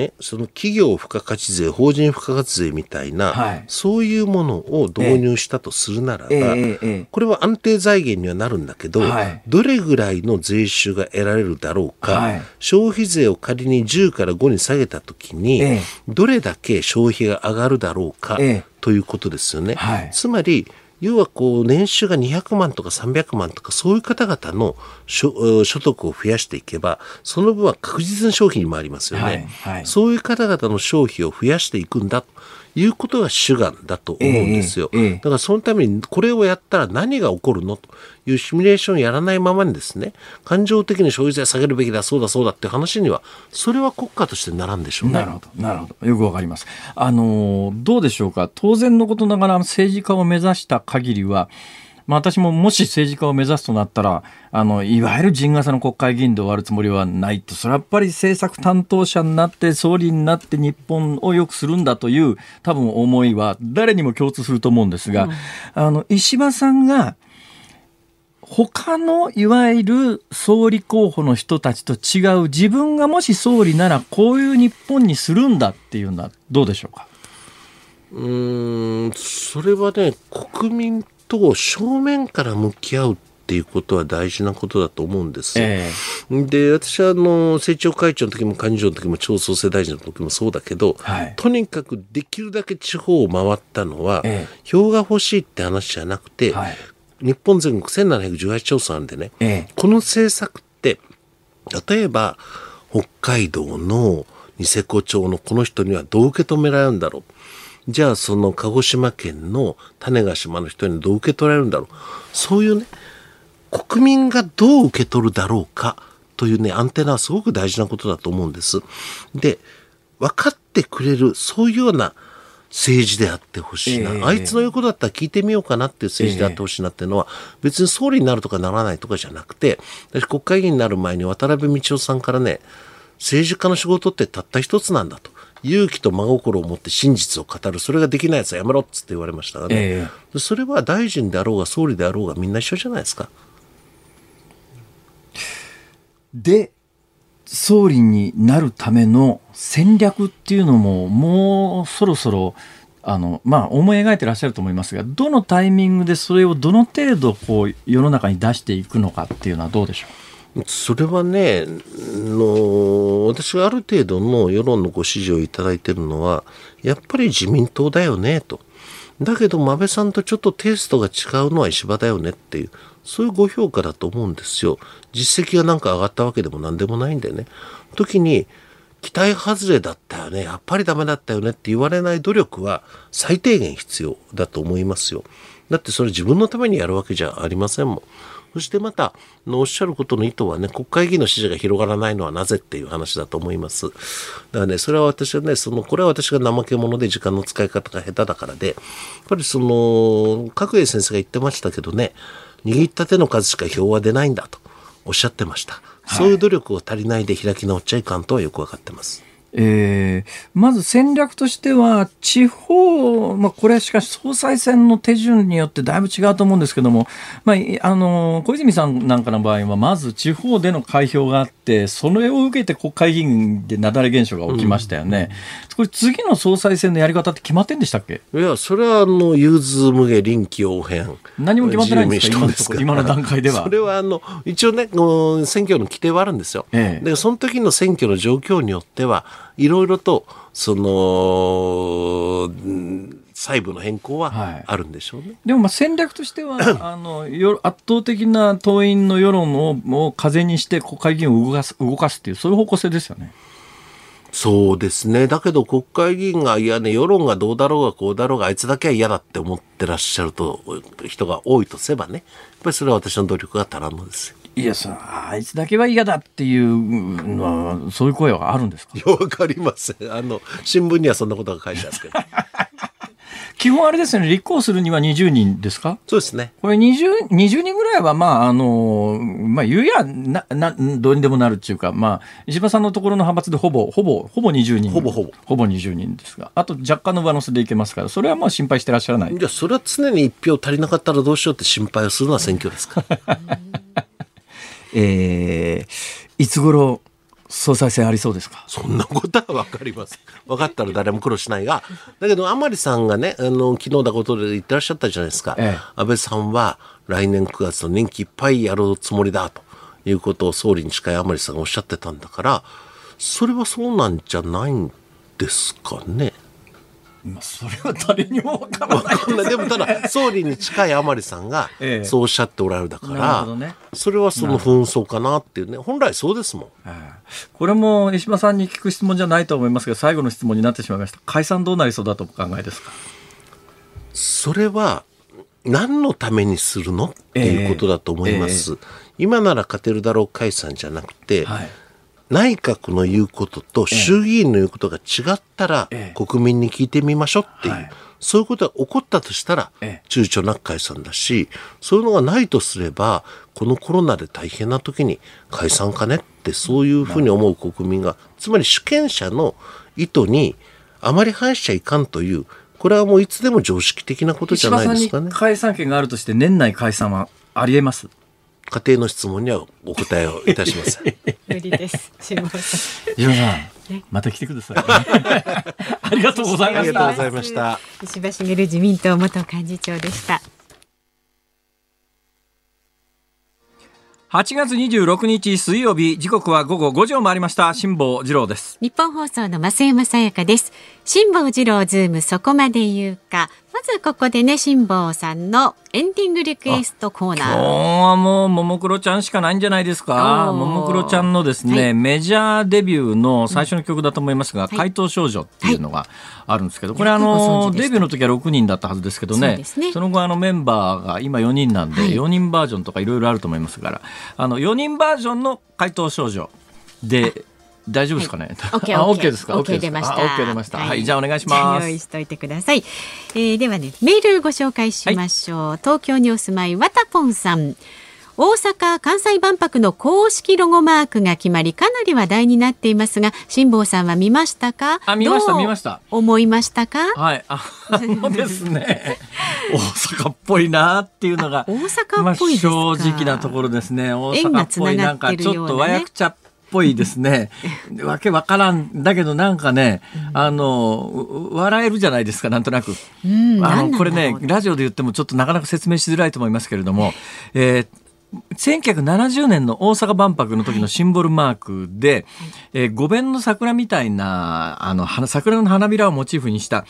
その企業付加価値税、法人付加価値税みたいな、そういうものを導入したとするならば、これは安定財源にはなるんだけど、どれぐらいの税収が得られるだろうか、消費税を仮に10から5に下げたときに、どれだけ消費が上がるだろうか、ということですよね。つまり要は年収が200万とか300万とかそういう方々の所得を増やしていけばその分は確実に消費に回りますよね、そういう方々の消費を増やしていくんだということが主眼だと思うんですよ、だからそのためにこれをやったら何が起こるのというシミュレーションをやらないままにですね、感情的に消費税下げるべきだ、そうだそうだっていう話にはそれは国家としてならんでしょうね。 なるほど、なるほど、よくわかります。どうでしょうか。当然のことながら政治家を目指した限りは私ももし政治家を目指すとなったらいわゆる陣笠の国会議員で終わるつもりはないと。それはやっぱり政策担当者になって総理になって日本を良くするんだという多分思いは誰にも共通すると思うんですが、石破さんが他のいわゆる総理候補の人たちと違う、自分がもし総理ならこういう日本にするんだっていうのはどうでしょうか。 それはね、国民と正面から向き合うっていうことは大事なことだと思うんです。で、私は政調会長の時も幹事長の時も地方創生大臣の時もそうだけど、とにかくできるだけ地方を回ったのは、票が欲しいって話じゃなくて、日本全国1718町村なんでね、この政策って例えば北海道のニセコ町のこの人にはどう受け止められるんだろう、じゃあその鹿児島県の種子島の人にどう受け取られるんだろう、そういうね、国民がどう受け取るだろうかというね、アンテナはすごく大事なことだと思うんです。で、分かってくれるそういうような政治であってほしいな、あいつの言うことだったら聞いてみようかなっていう政治であってほしいなっていうのは、別に総理になるとかならないとかじゃなくて、私国会議員になる前に渡辺道夫さんからね、政治家の仕事ってたった一つなんだと、勇気と真心を持って真実を語る、それができないやつはやめろっつって言われましたがね、それは大臣であろうが総理であろうがみんな一緒じゃないですか。 で、総理になるための戦略っていうのももうそろそろ思い描いてらっしゃると思いますが、どのタイミングでそれをどの程度世の中に出していくのかっていうのはどうでしょう。 それはね、私がある程度の世論のご支持をいただいているのはやっぱり自民党だよねと。だけど安倍さんとちょっとテイストが違うのは石破だよねっていう、そういうご評価だと思うんですよ。実績がなんか上がったわけでも何でもないんでね。時に期待外れだったよね、やっぱりダメだったよねって言われない努力は最低限必要だと思いますよ。だってそれ自分のためにやるわけじゃありませんもん。そしてまたおっしゃることの意図はね、国会議員の支持が広がらないのはなぜっていう話だと思います。だからね、それは私はね、これは私が怠け者で時間の使い方が下手だからで、やっぱり角栄先生が言ってましたけどね、握った手の数しか票は出ないんだとおっしゃってました。そういう努力を足りないで開き直っちゃいかんとはよく分かってます。 まず戦略としては地方、これはしかし総裁選の手順によってだいぶ違うと思うんですけども、小泉さんなんかの場合はまず地方での開票があって、それを受けて国会議員で雪崩現象が起きましたよね。これ次の総裁選のやり方って決まってんでしたっけ。 いや、それは融通無碍、臨機応変、 何も決まってないんですか、今の段階では。 それは一応ね、選挙の規定はあるんですよ。でその時の選挙の状況によってはいろいろと細部の変更はあるんでしょうね。 でも戦略としては圧倒的な党員の世論を風にして国会議員を動かすっていう、そういう方向性ですよね。 そうですね。だけど国会議員がいやね、世論がどうだろうがこうだろうがあいつだけは嫌だって思ってらっしゃる人が多いとすればね、やっぱりそれは私の努力が足らんのですよ。 いや、あいつだけは嫌だっていうのはそういう声はあるんですか。 いや、わかりません。新聞にはそんなことが書いてあるけど基本あれですよね、立候補するには20人ですか。 そうですね。 これ 20人ぐらいは言うやどうにでもなるっていうか、石破さんのところの派閥でほぼ20人、ほぼ20人ですが、あと若干の上乗せでいけますから、それは心配してらっしゃらない。 いや、それは常に1票足りなかったらどうしようって心配をするのは選挙ですからいつ頃総裁選ありそうですか。 そんなことは分かります。分かったら誰も苦労しないが、だけど甘利さんがね、昨日だことで言ってらっしゃったじゃないですか。安倍さんは来年9月の任期いっぱいやるつもりだということを総理に近い甘利さんがおっしゃってたんだから、それはそうなんじゃないんですかね。 それは誰にも分からないでもただ総理に近い甘利さんがそうおっしゃっておられるだから、それはその紛争かなっていうね、本来そうですもん。 これも石破さんに聞く質問じゃないと思いますが、最後の質問になってしまいました。解散どうなりそうだとお考えですか。 それは何のためにするのっていうことだと思います。今なら勝てるだろう解散じゃなくて、内閣の言うことと衆議院の言うことが違ったら国民に聞いてみましょうっていう、 そういうことが起こったとしたら躊躇なく解散だし、そういうのがないとすればこのコロナで大変な時に解散かねってそういうふうに思う国民が、つまり主権者の意図にあまり反しちゃいかんという、これはもういつでも常識的なことじゃないですかね。 石破さんに解散権があるとして年内解散はありえます？ 家庭の質問にはお答えをいたしません。 無理です。辛坊さん。 石破さん、また来てください。ありがとうございました。 ありがとうございました。 石破茂自民党元幹事長でした。 8月26日水曜日、時刻は午後5時を回りました。辛坊治郎です。 日本放送の増山さやかです。辛坊治郎ズームそこまで言うか。まずここでね、辛坊さんのエンディングリクエストコーナー。 今日はもうももクロちゃんしかないんじゃないですか。ももクロちゃんのですね、メジャーデビューの最初の曲だと思いますが、怪盗少女っていうのがあるんですけど、これデビューの時は6人だったはずですけどね、その後メンバーが今4人なんで、4人バージョンとかいろいろあると思いますから、4人バージョンの怪盗少女で大丈夫ですかね。 OK ですか。 OK 出ました。 OK 出ました。はい、じゃあお願いします。 用意しておいてください。ではね、メールご紹介しましょう。東京にお住まいわたぽんさん。大阪・関西万博の公式ロゴマークが決まり、かなり話題になっていますが、辛坊さんは見ましたか？ 見ました。 思いましたか？ はい、そうですね。大阪っぽいなっていうのが、 大阪っぽいですか？ 正直なところですね。大阪っぽい、なんかちょっと和訳茶っぽいですね。わけわからんだけどなんかね、笑えるじゃないですか、なんとなく。これね、ラジオで言ってもちょっとなかなか説明しづらいと思いますけれども、1970年の大阪万博の時のシンボルマークで、五弁の桜みたいな桜の花びらをモチーフにした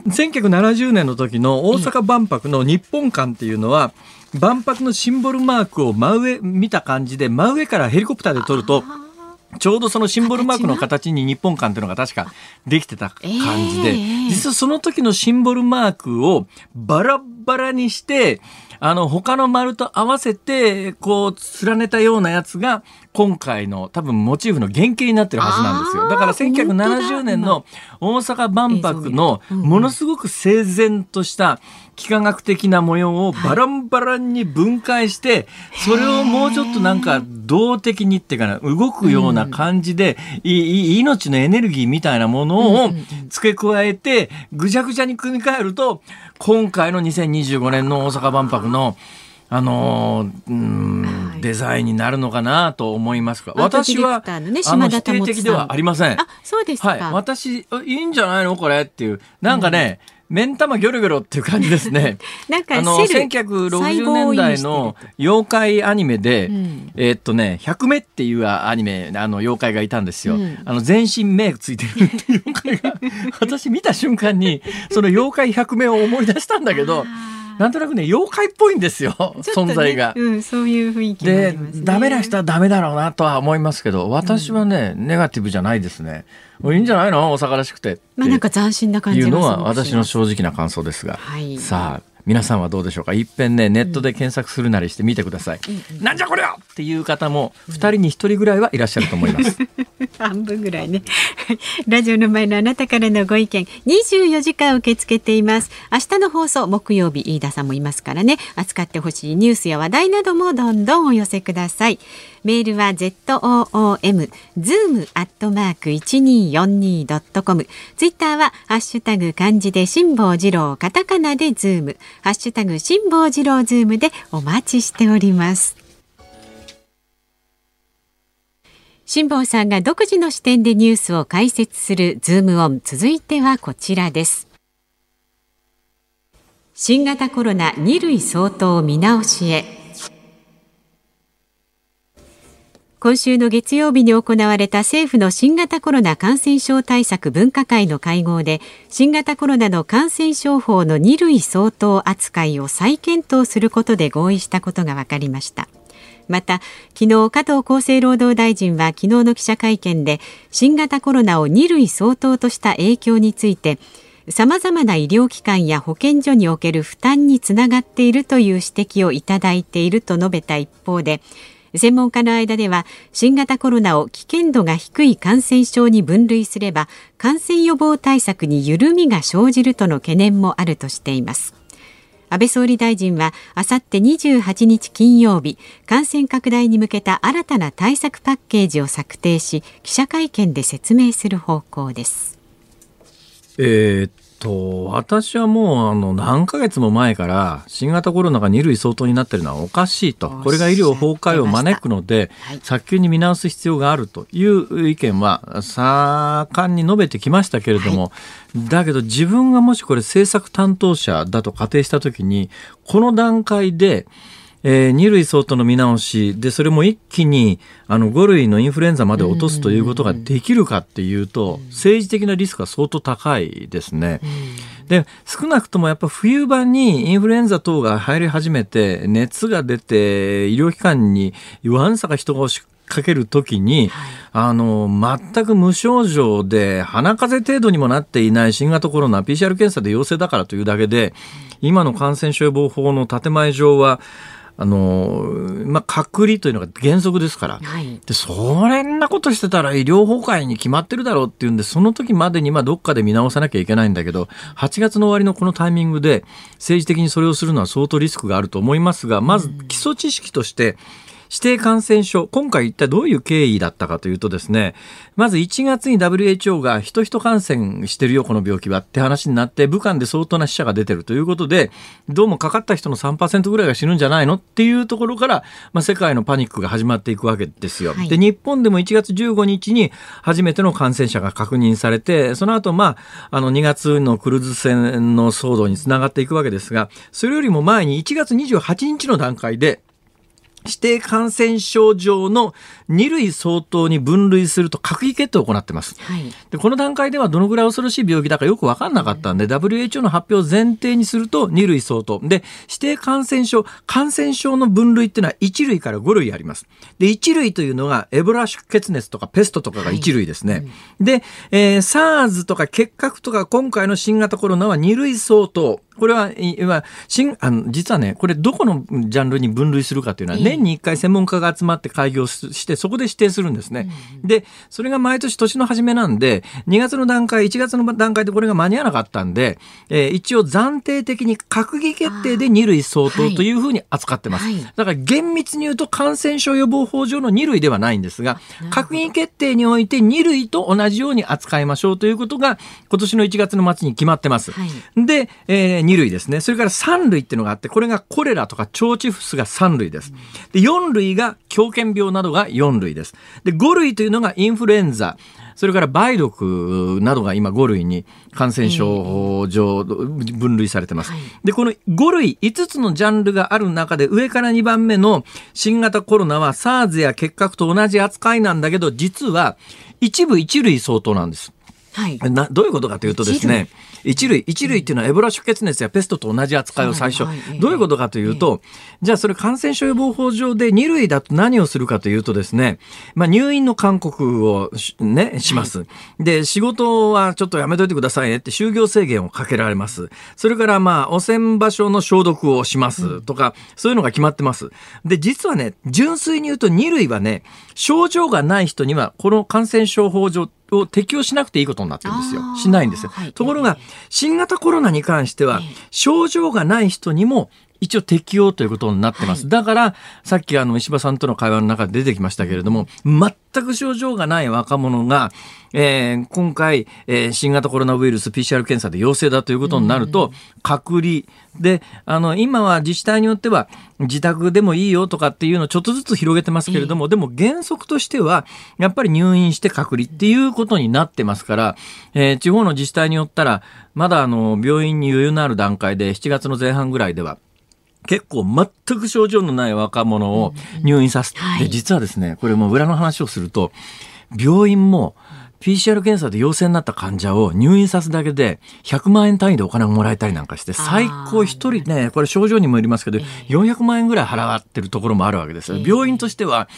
1970年の時の大阪万博の日本館っていうのは、万博のシンボルマークを真上見た感じで、真上からヘリコプターで撮るとちょうどそのシンボルマークの形に日本館っていうのが確かできてた感じで、実はその時のシンボルマークをバラバラにして他の丸と合わせてこう連ねたようなやつが今回の多分モチーフの原型になってるはずなんですよ。だから1970年の大阪万博のものすごく整然とした幾何学的な模様をバランバランに分解して、それをもうちょっとなんか動的にっていうかな、動くような感じで、命のエネルギーみたいなものを付け加えてぐちゃぐちゃに組み替えると、今回の2025年の大阪万博のデザインになるのかなと思いますが、私は否定的ではありません。 そうですか。 はい、私いいんじゃないのこれっていう、なんかね、目ん玉ギョロギョロっていう感じですね。 なんか 1960年代の妖怪アニメで、100目っていうアニメ妖怪がいたんですよ。全身目ついてるっていう妖怪が私見た瞬間にその妖怪100目を思い出したんだけど、なんとなくね、妖怪っぽいんですよ、存在が。 そういう雰囲気がありますね。 で、ダメな人はダメだろうなとは思いますけど、私はね、ネガティブじゃないですね。いいんじゃないの、大阪らしくて。 なんか斬新な感じがする。 いうのは私の正直な感想ですが。さあ、皆さんはどうでしょうか。いっぺんね、ネットで検索するなりして見てください。なんじゃこりゃっていう方も2人に1人ぐらいはいらっしゃると思います。 半分ぐらいね。ラジオの前のあなたからのご意見24時間受け付けています。明日の放送木曜日、飯田さんもいますからね、扱ってほしいニュースや話題などもどんどんお寄せください。メールは zoom@1242.com、 ツイッターはハッシュタグ漢字で辛坊治郎、カタカナでズーム、ハッシュタグ辛坊治郎ズームでお待ちしております。辛坊さんが独自の視点でニュースを解説するズームオン、続いてはこちらです。新型コロナ2類相当見直しへ。今週の月曜日に行われた政府の新型コロナ感染症対策分科会の会合で、新型コロナの感染症法の2類相当扱いを再検討することで合意したことが分かりました。また、昨日加藤厚生労働大臣は昨日の記者会見で、新型コロナを2類相当とした影響について、さまざまな医療機関や保健所における負担につながっているという指摘をいただいていると述べた一方で、 専門家の間では新型コロナを危険度が低い感染症に分類すれば感染予防対策に緩みが生じるとの懸念もあるとしています。安倍総理大臣はあさって28日金曜日、感染拡大に向けた新たな対策パッケージを策定し、記者会見で説明する方向です。 私はもう何ヶ月も前から新型コロナが2類相当になっているのはおかしいと、これが医療崩壊を招くので早急に見直す必要があるという意見は盛んに述べてきましたけれども、だけど自分がもしこれ政策担当者だと仮定したときに、この段階で2類相当の見直しで、それも一気に5類のインフルエンザまで落とすということができるかっていうと、政治的なリスクが相当高いですね。で、少なくともやっぱ冬場にインフルエンザ等が入り始めて熱が出て医療機関にわんさか人が押しかけるときに、全く無症状で鼻風邪程度にもなっていない新型コロナ PCR 検査で陽性だからというだけで、今の感染症予防法の建前上は隔離というのが原則ですから、でそんなことしてたら医療崩壊に決まってるだろうっていうんで、その時までにどっかで見直さなきゃいけないんだけど、8月の終わりのこのタイミングで政治的にそれをするのは相当リスクがあると思いますが、まず基礎知識として指定感染症、今回一体どういう経緯だったかというとですね、まず1月に WHO が人感染してるよこの病気はって話になって、武漢で相当な死者が出てるということで、どうもかかった人の 3% ぐらいが死ぬんじゃないのっていうところから、世界のパニックが始まっていくわけですよ。で、日本でも1月15日に初めての感染者が確認されて、その後2月のクルーズ船の騒動につながっていくわけですが、それよりも前に1月28日の段階で指定感染症上の2類相当に分類すると閣議決定を行っています。で、この段階ではどのぐらい恐ろしい病気だかよく分かんなかったんで、WHO の発表を前提にすると2類相当で、指定感染症の分類っていうのは1類から5類あります。で、1類というのがエボラ出血熱とかペストとかが1類ですね。で、SARS とか結核とか今回の新型コロナは2類相当。これは実はね、これどこのジャンルに分類するかというのは年に1回専門家が集まって会議をしてそこで指定するんですね。で、それが毎年の初めなんで、2月の段階、1月の段階でこれが間に合わなかったんで、一応暫定的に閣議決定で2類相当というふうに扱ってます。だから厳密に言うと感染症予防法上の2類ではないんですが、閣議決定において2類と同じように扱いましょうということが今年の1月の末に決まってます。で、2類ですね。それから3類っていうのがあって、これがコレラとか腸チフスが3類です。で、4類が狂犬病などが4類です。で、5類というのがインフルエンザ、それから梅毒などが今5類に感染症上分類されてます。で、この5類5つのジャンルがある中で上から2番目の新型コロナは SARS や結核と同じ扱いなんだけど、実は一部1類相当なんです。どういうことかというとですね、1類っていうのはエボラ出血熱やペストと同じ扱いを最初、どういうことかというと、じゃあそれ感染症予防法上で2類だと何をするかというとですね、入院の勧告をねします。で、仕事はちょっとやめといてくださいねって就業制限をかけられます。それから汚染場所の消毒をしますとか、そういうのが決まってます。で、実はね、純粋に言うと2類はね、症状がない人にはこの感染症法上を適用しなくていいことになってるんですよ。しないんですよ。ところが新型コロナに関しては症状がない人にも一応適用ということになってます。だからさっき石破さんとの会話の中で出てきましたけれども、全く症状がない若者が、今回、新型コロナウイルス PCR 検査で陽性だということになると、隔離で今は自治体によっては自宅でもいいよとかっていうのをちょっとずつ広げてますけれども、でも原則としてはやっぱり入院して隔離っていうことになってますから、地方の自治体によったらまだ病院に余裕のある段階で7月の前半ぐらいでは結構全く症状のない若者を入院させて、実はですね、これも裏の話をすると、病院も PCR 検査で陽性になった患者を入院させるだけで100万円単位でお金をもらえたりなんかして、最高1人ね、これ症状にもよりますけど400万円ぐらい払ってるところもあるわけですよ。病院としては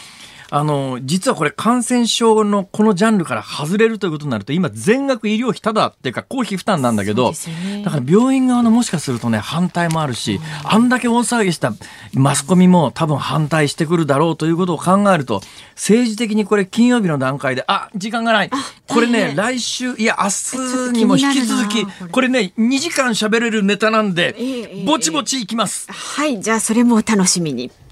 実はこれ感染症のこのジャンルから外れるということになると今全額医療費ただっていうか公費負担なんだけど、だから病院側のもしかするとね反対もあるし、あんだけ大騒ぎしたマスコミも多分反対してくるだろうということを考えると、政治的にこれ金曜日の段階で時間がない、これね来週いや明日にも引き続きこれね2時間喋れるネタなんでぼちぼちいきます。 はい、じゃあそれもお楽しみに。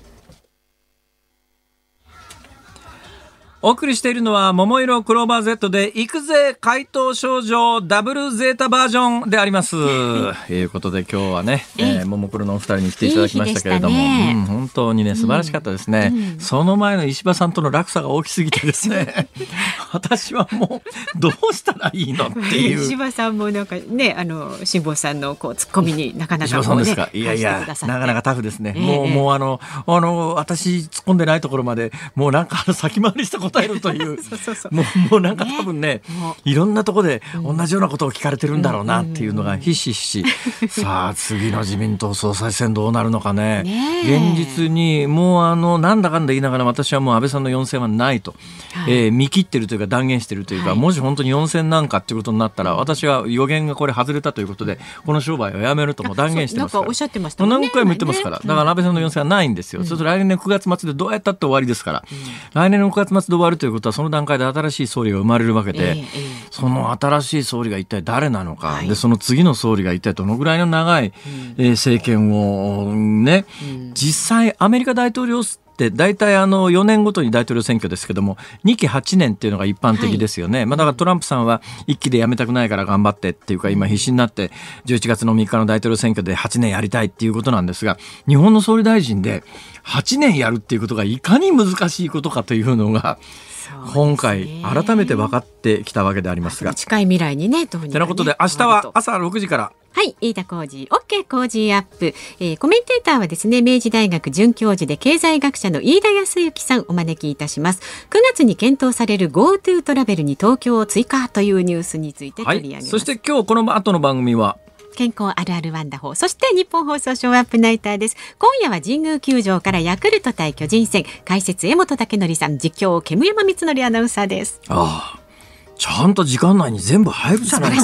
お送りしているのは桃色クローバー Z で行くぜ怪盗少女ダブルゼータバージョンでありますということで今日はね、ももクロのお二人に来ていただきましたけれども、本当にね素晴らしかったですね、その前の石破さんとの落差が大きすぎてですね私はもうどうしたらいいのっていう石破さんもなんかね辛坊さんのこうツッコミになかなか石破さんですか、いやいやなかなかタフですね、もう私突っ込んでないところまでもうなんか先回りした答えるというもうなんか多分ねいろんなところで同じようなことを聞かれてるんだろうなっていうのがひしひしさあ次の自民党総裁選どうなるのかね。現実にもうなんだかんだ言いながら私はもう安倍さんの4選はないと、見切ってるというか断言してるというか、もし本当に4選なんかっていうことになったら私は予言がこれ外れたということでこの商売をやめるとも断言してますから。 なんかおっしゃってましたもんね。 何回も言ってますから、だから安倍さんの4選はないんですよ、それと来年の9月末でどうやったって終わりですから、来年の9月末で終わるということはその段階で新しい総理が生まれるわけで、その新しい総理が一体誰なのか、でその次の総理が一体どのぐらいの長い、政権をね、実際アメリカ大統領で大体4年ごとに大統領選挙ですけども2期8年っていうのが一般的ですよね、だからトランプさんは1期で辞めたくないから頑張ってっていうか今必死になって11月の3日の大統領選挙で8年やりたいっていうことなんですが、日本の総理大臣で8年やるっていうことがいかに難しいことかというのが今回改めて分かってきたわけでありますが、 近い未来にねどうにかね。 ということで明日は朝6時から飯田浩司 OK 工事アップ、コメンテーターはですね明治大学准教授で経済学者の飯田康之さんお招きいたします。9月に検討される GoTo トラベルに東京を追加というニュースについて取り上げます、 そして今日この後の番組は健康あるあるワンダホー、そして日本放送ショーアップナイターです。今夜は神宮球場からヤクルト対巨人戦、解説江本武則さん、実況煙山光則アナウンサーです。 ちゃんと時間内に全部入るじゃないか。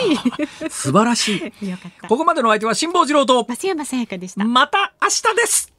素晴らしい。 よかった。 ここまでの相手は辛坊治郎と増山さやかでした。 また明日です。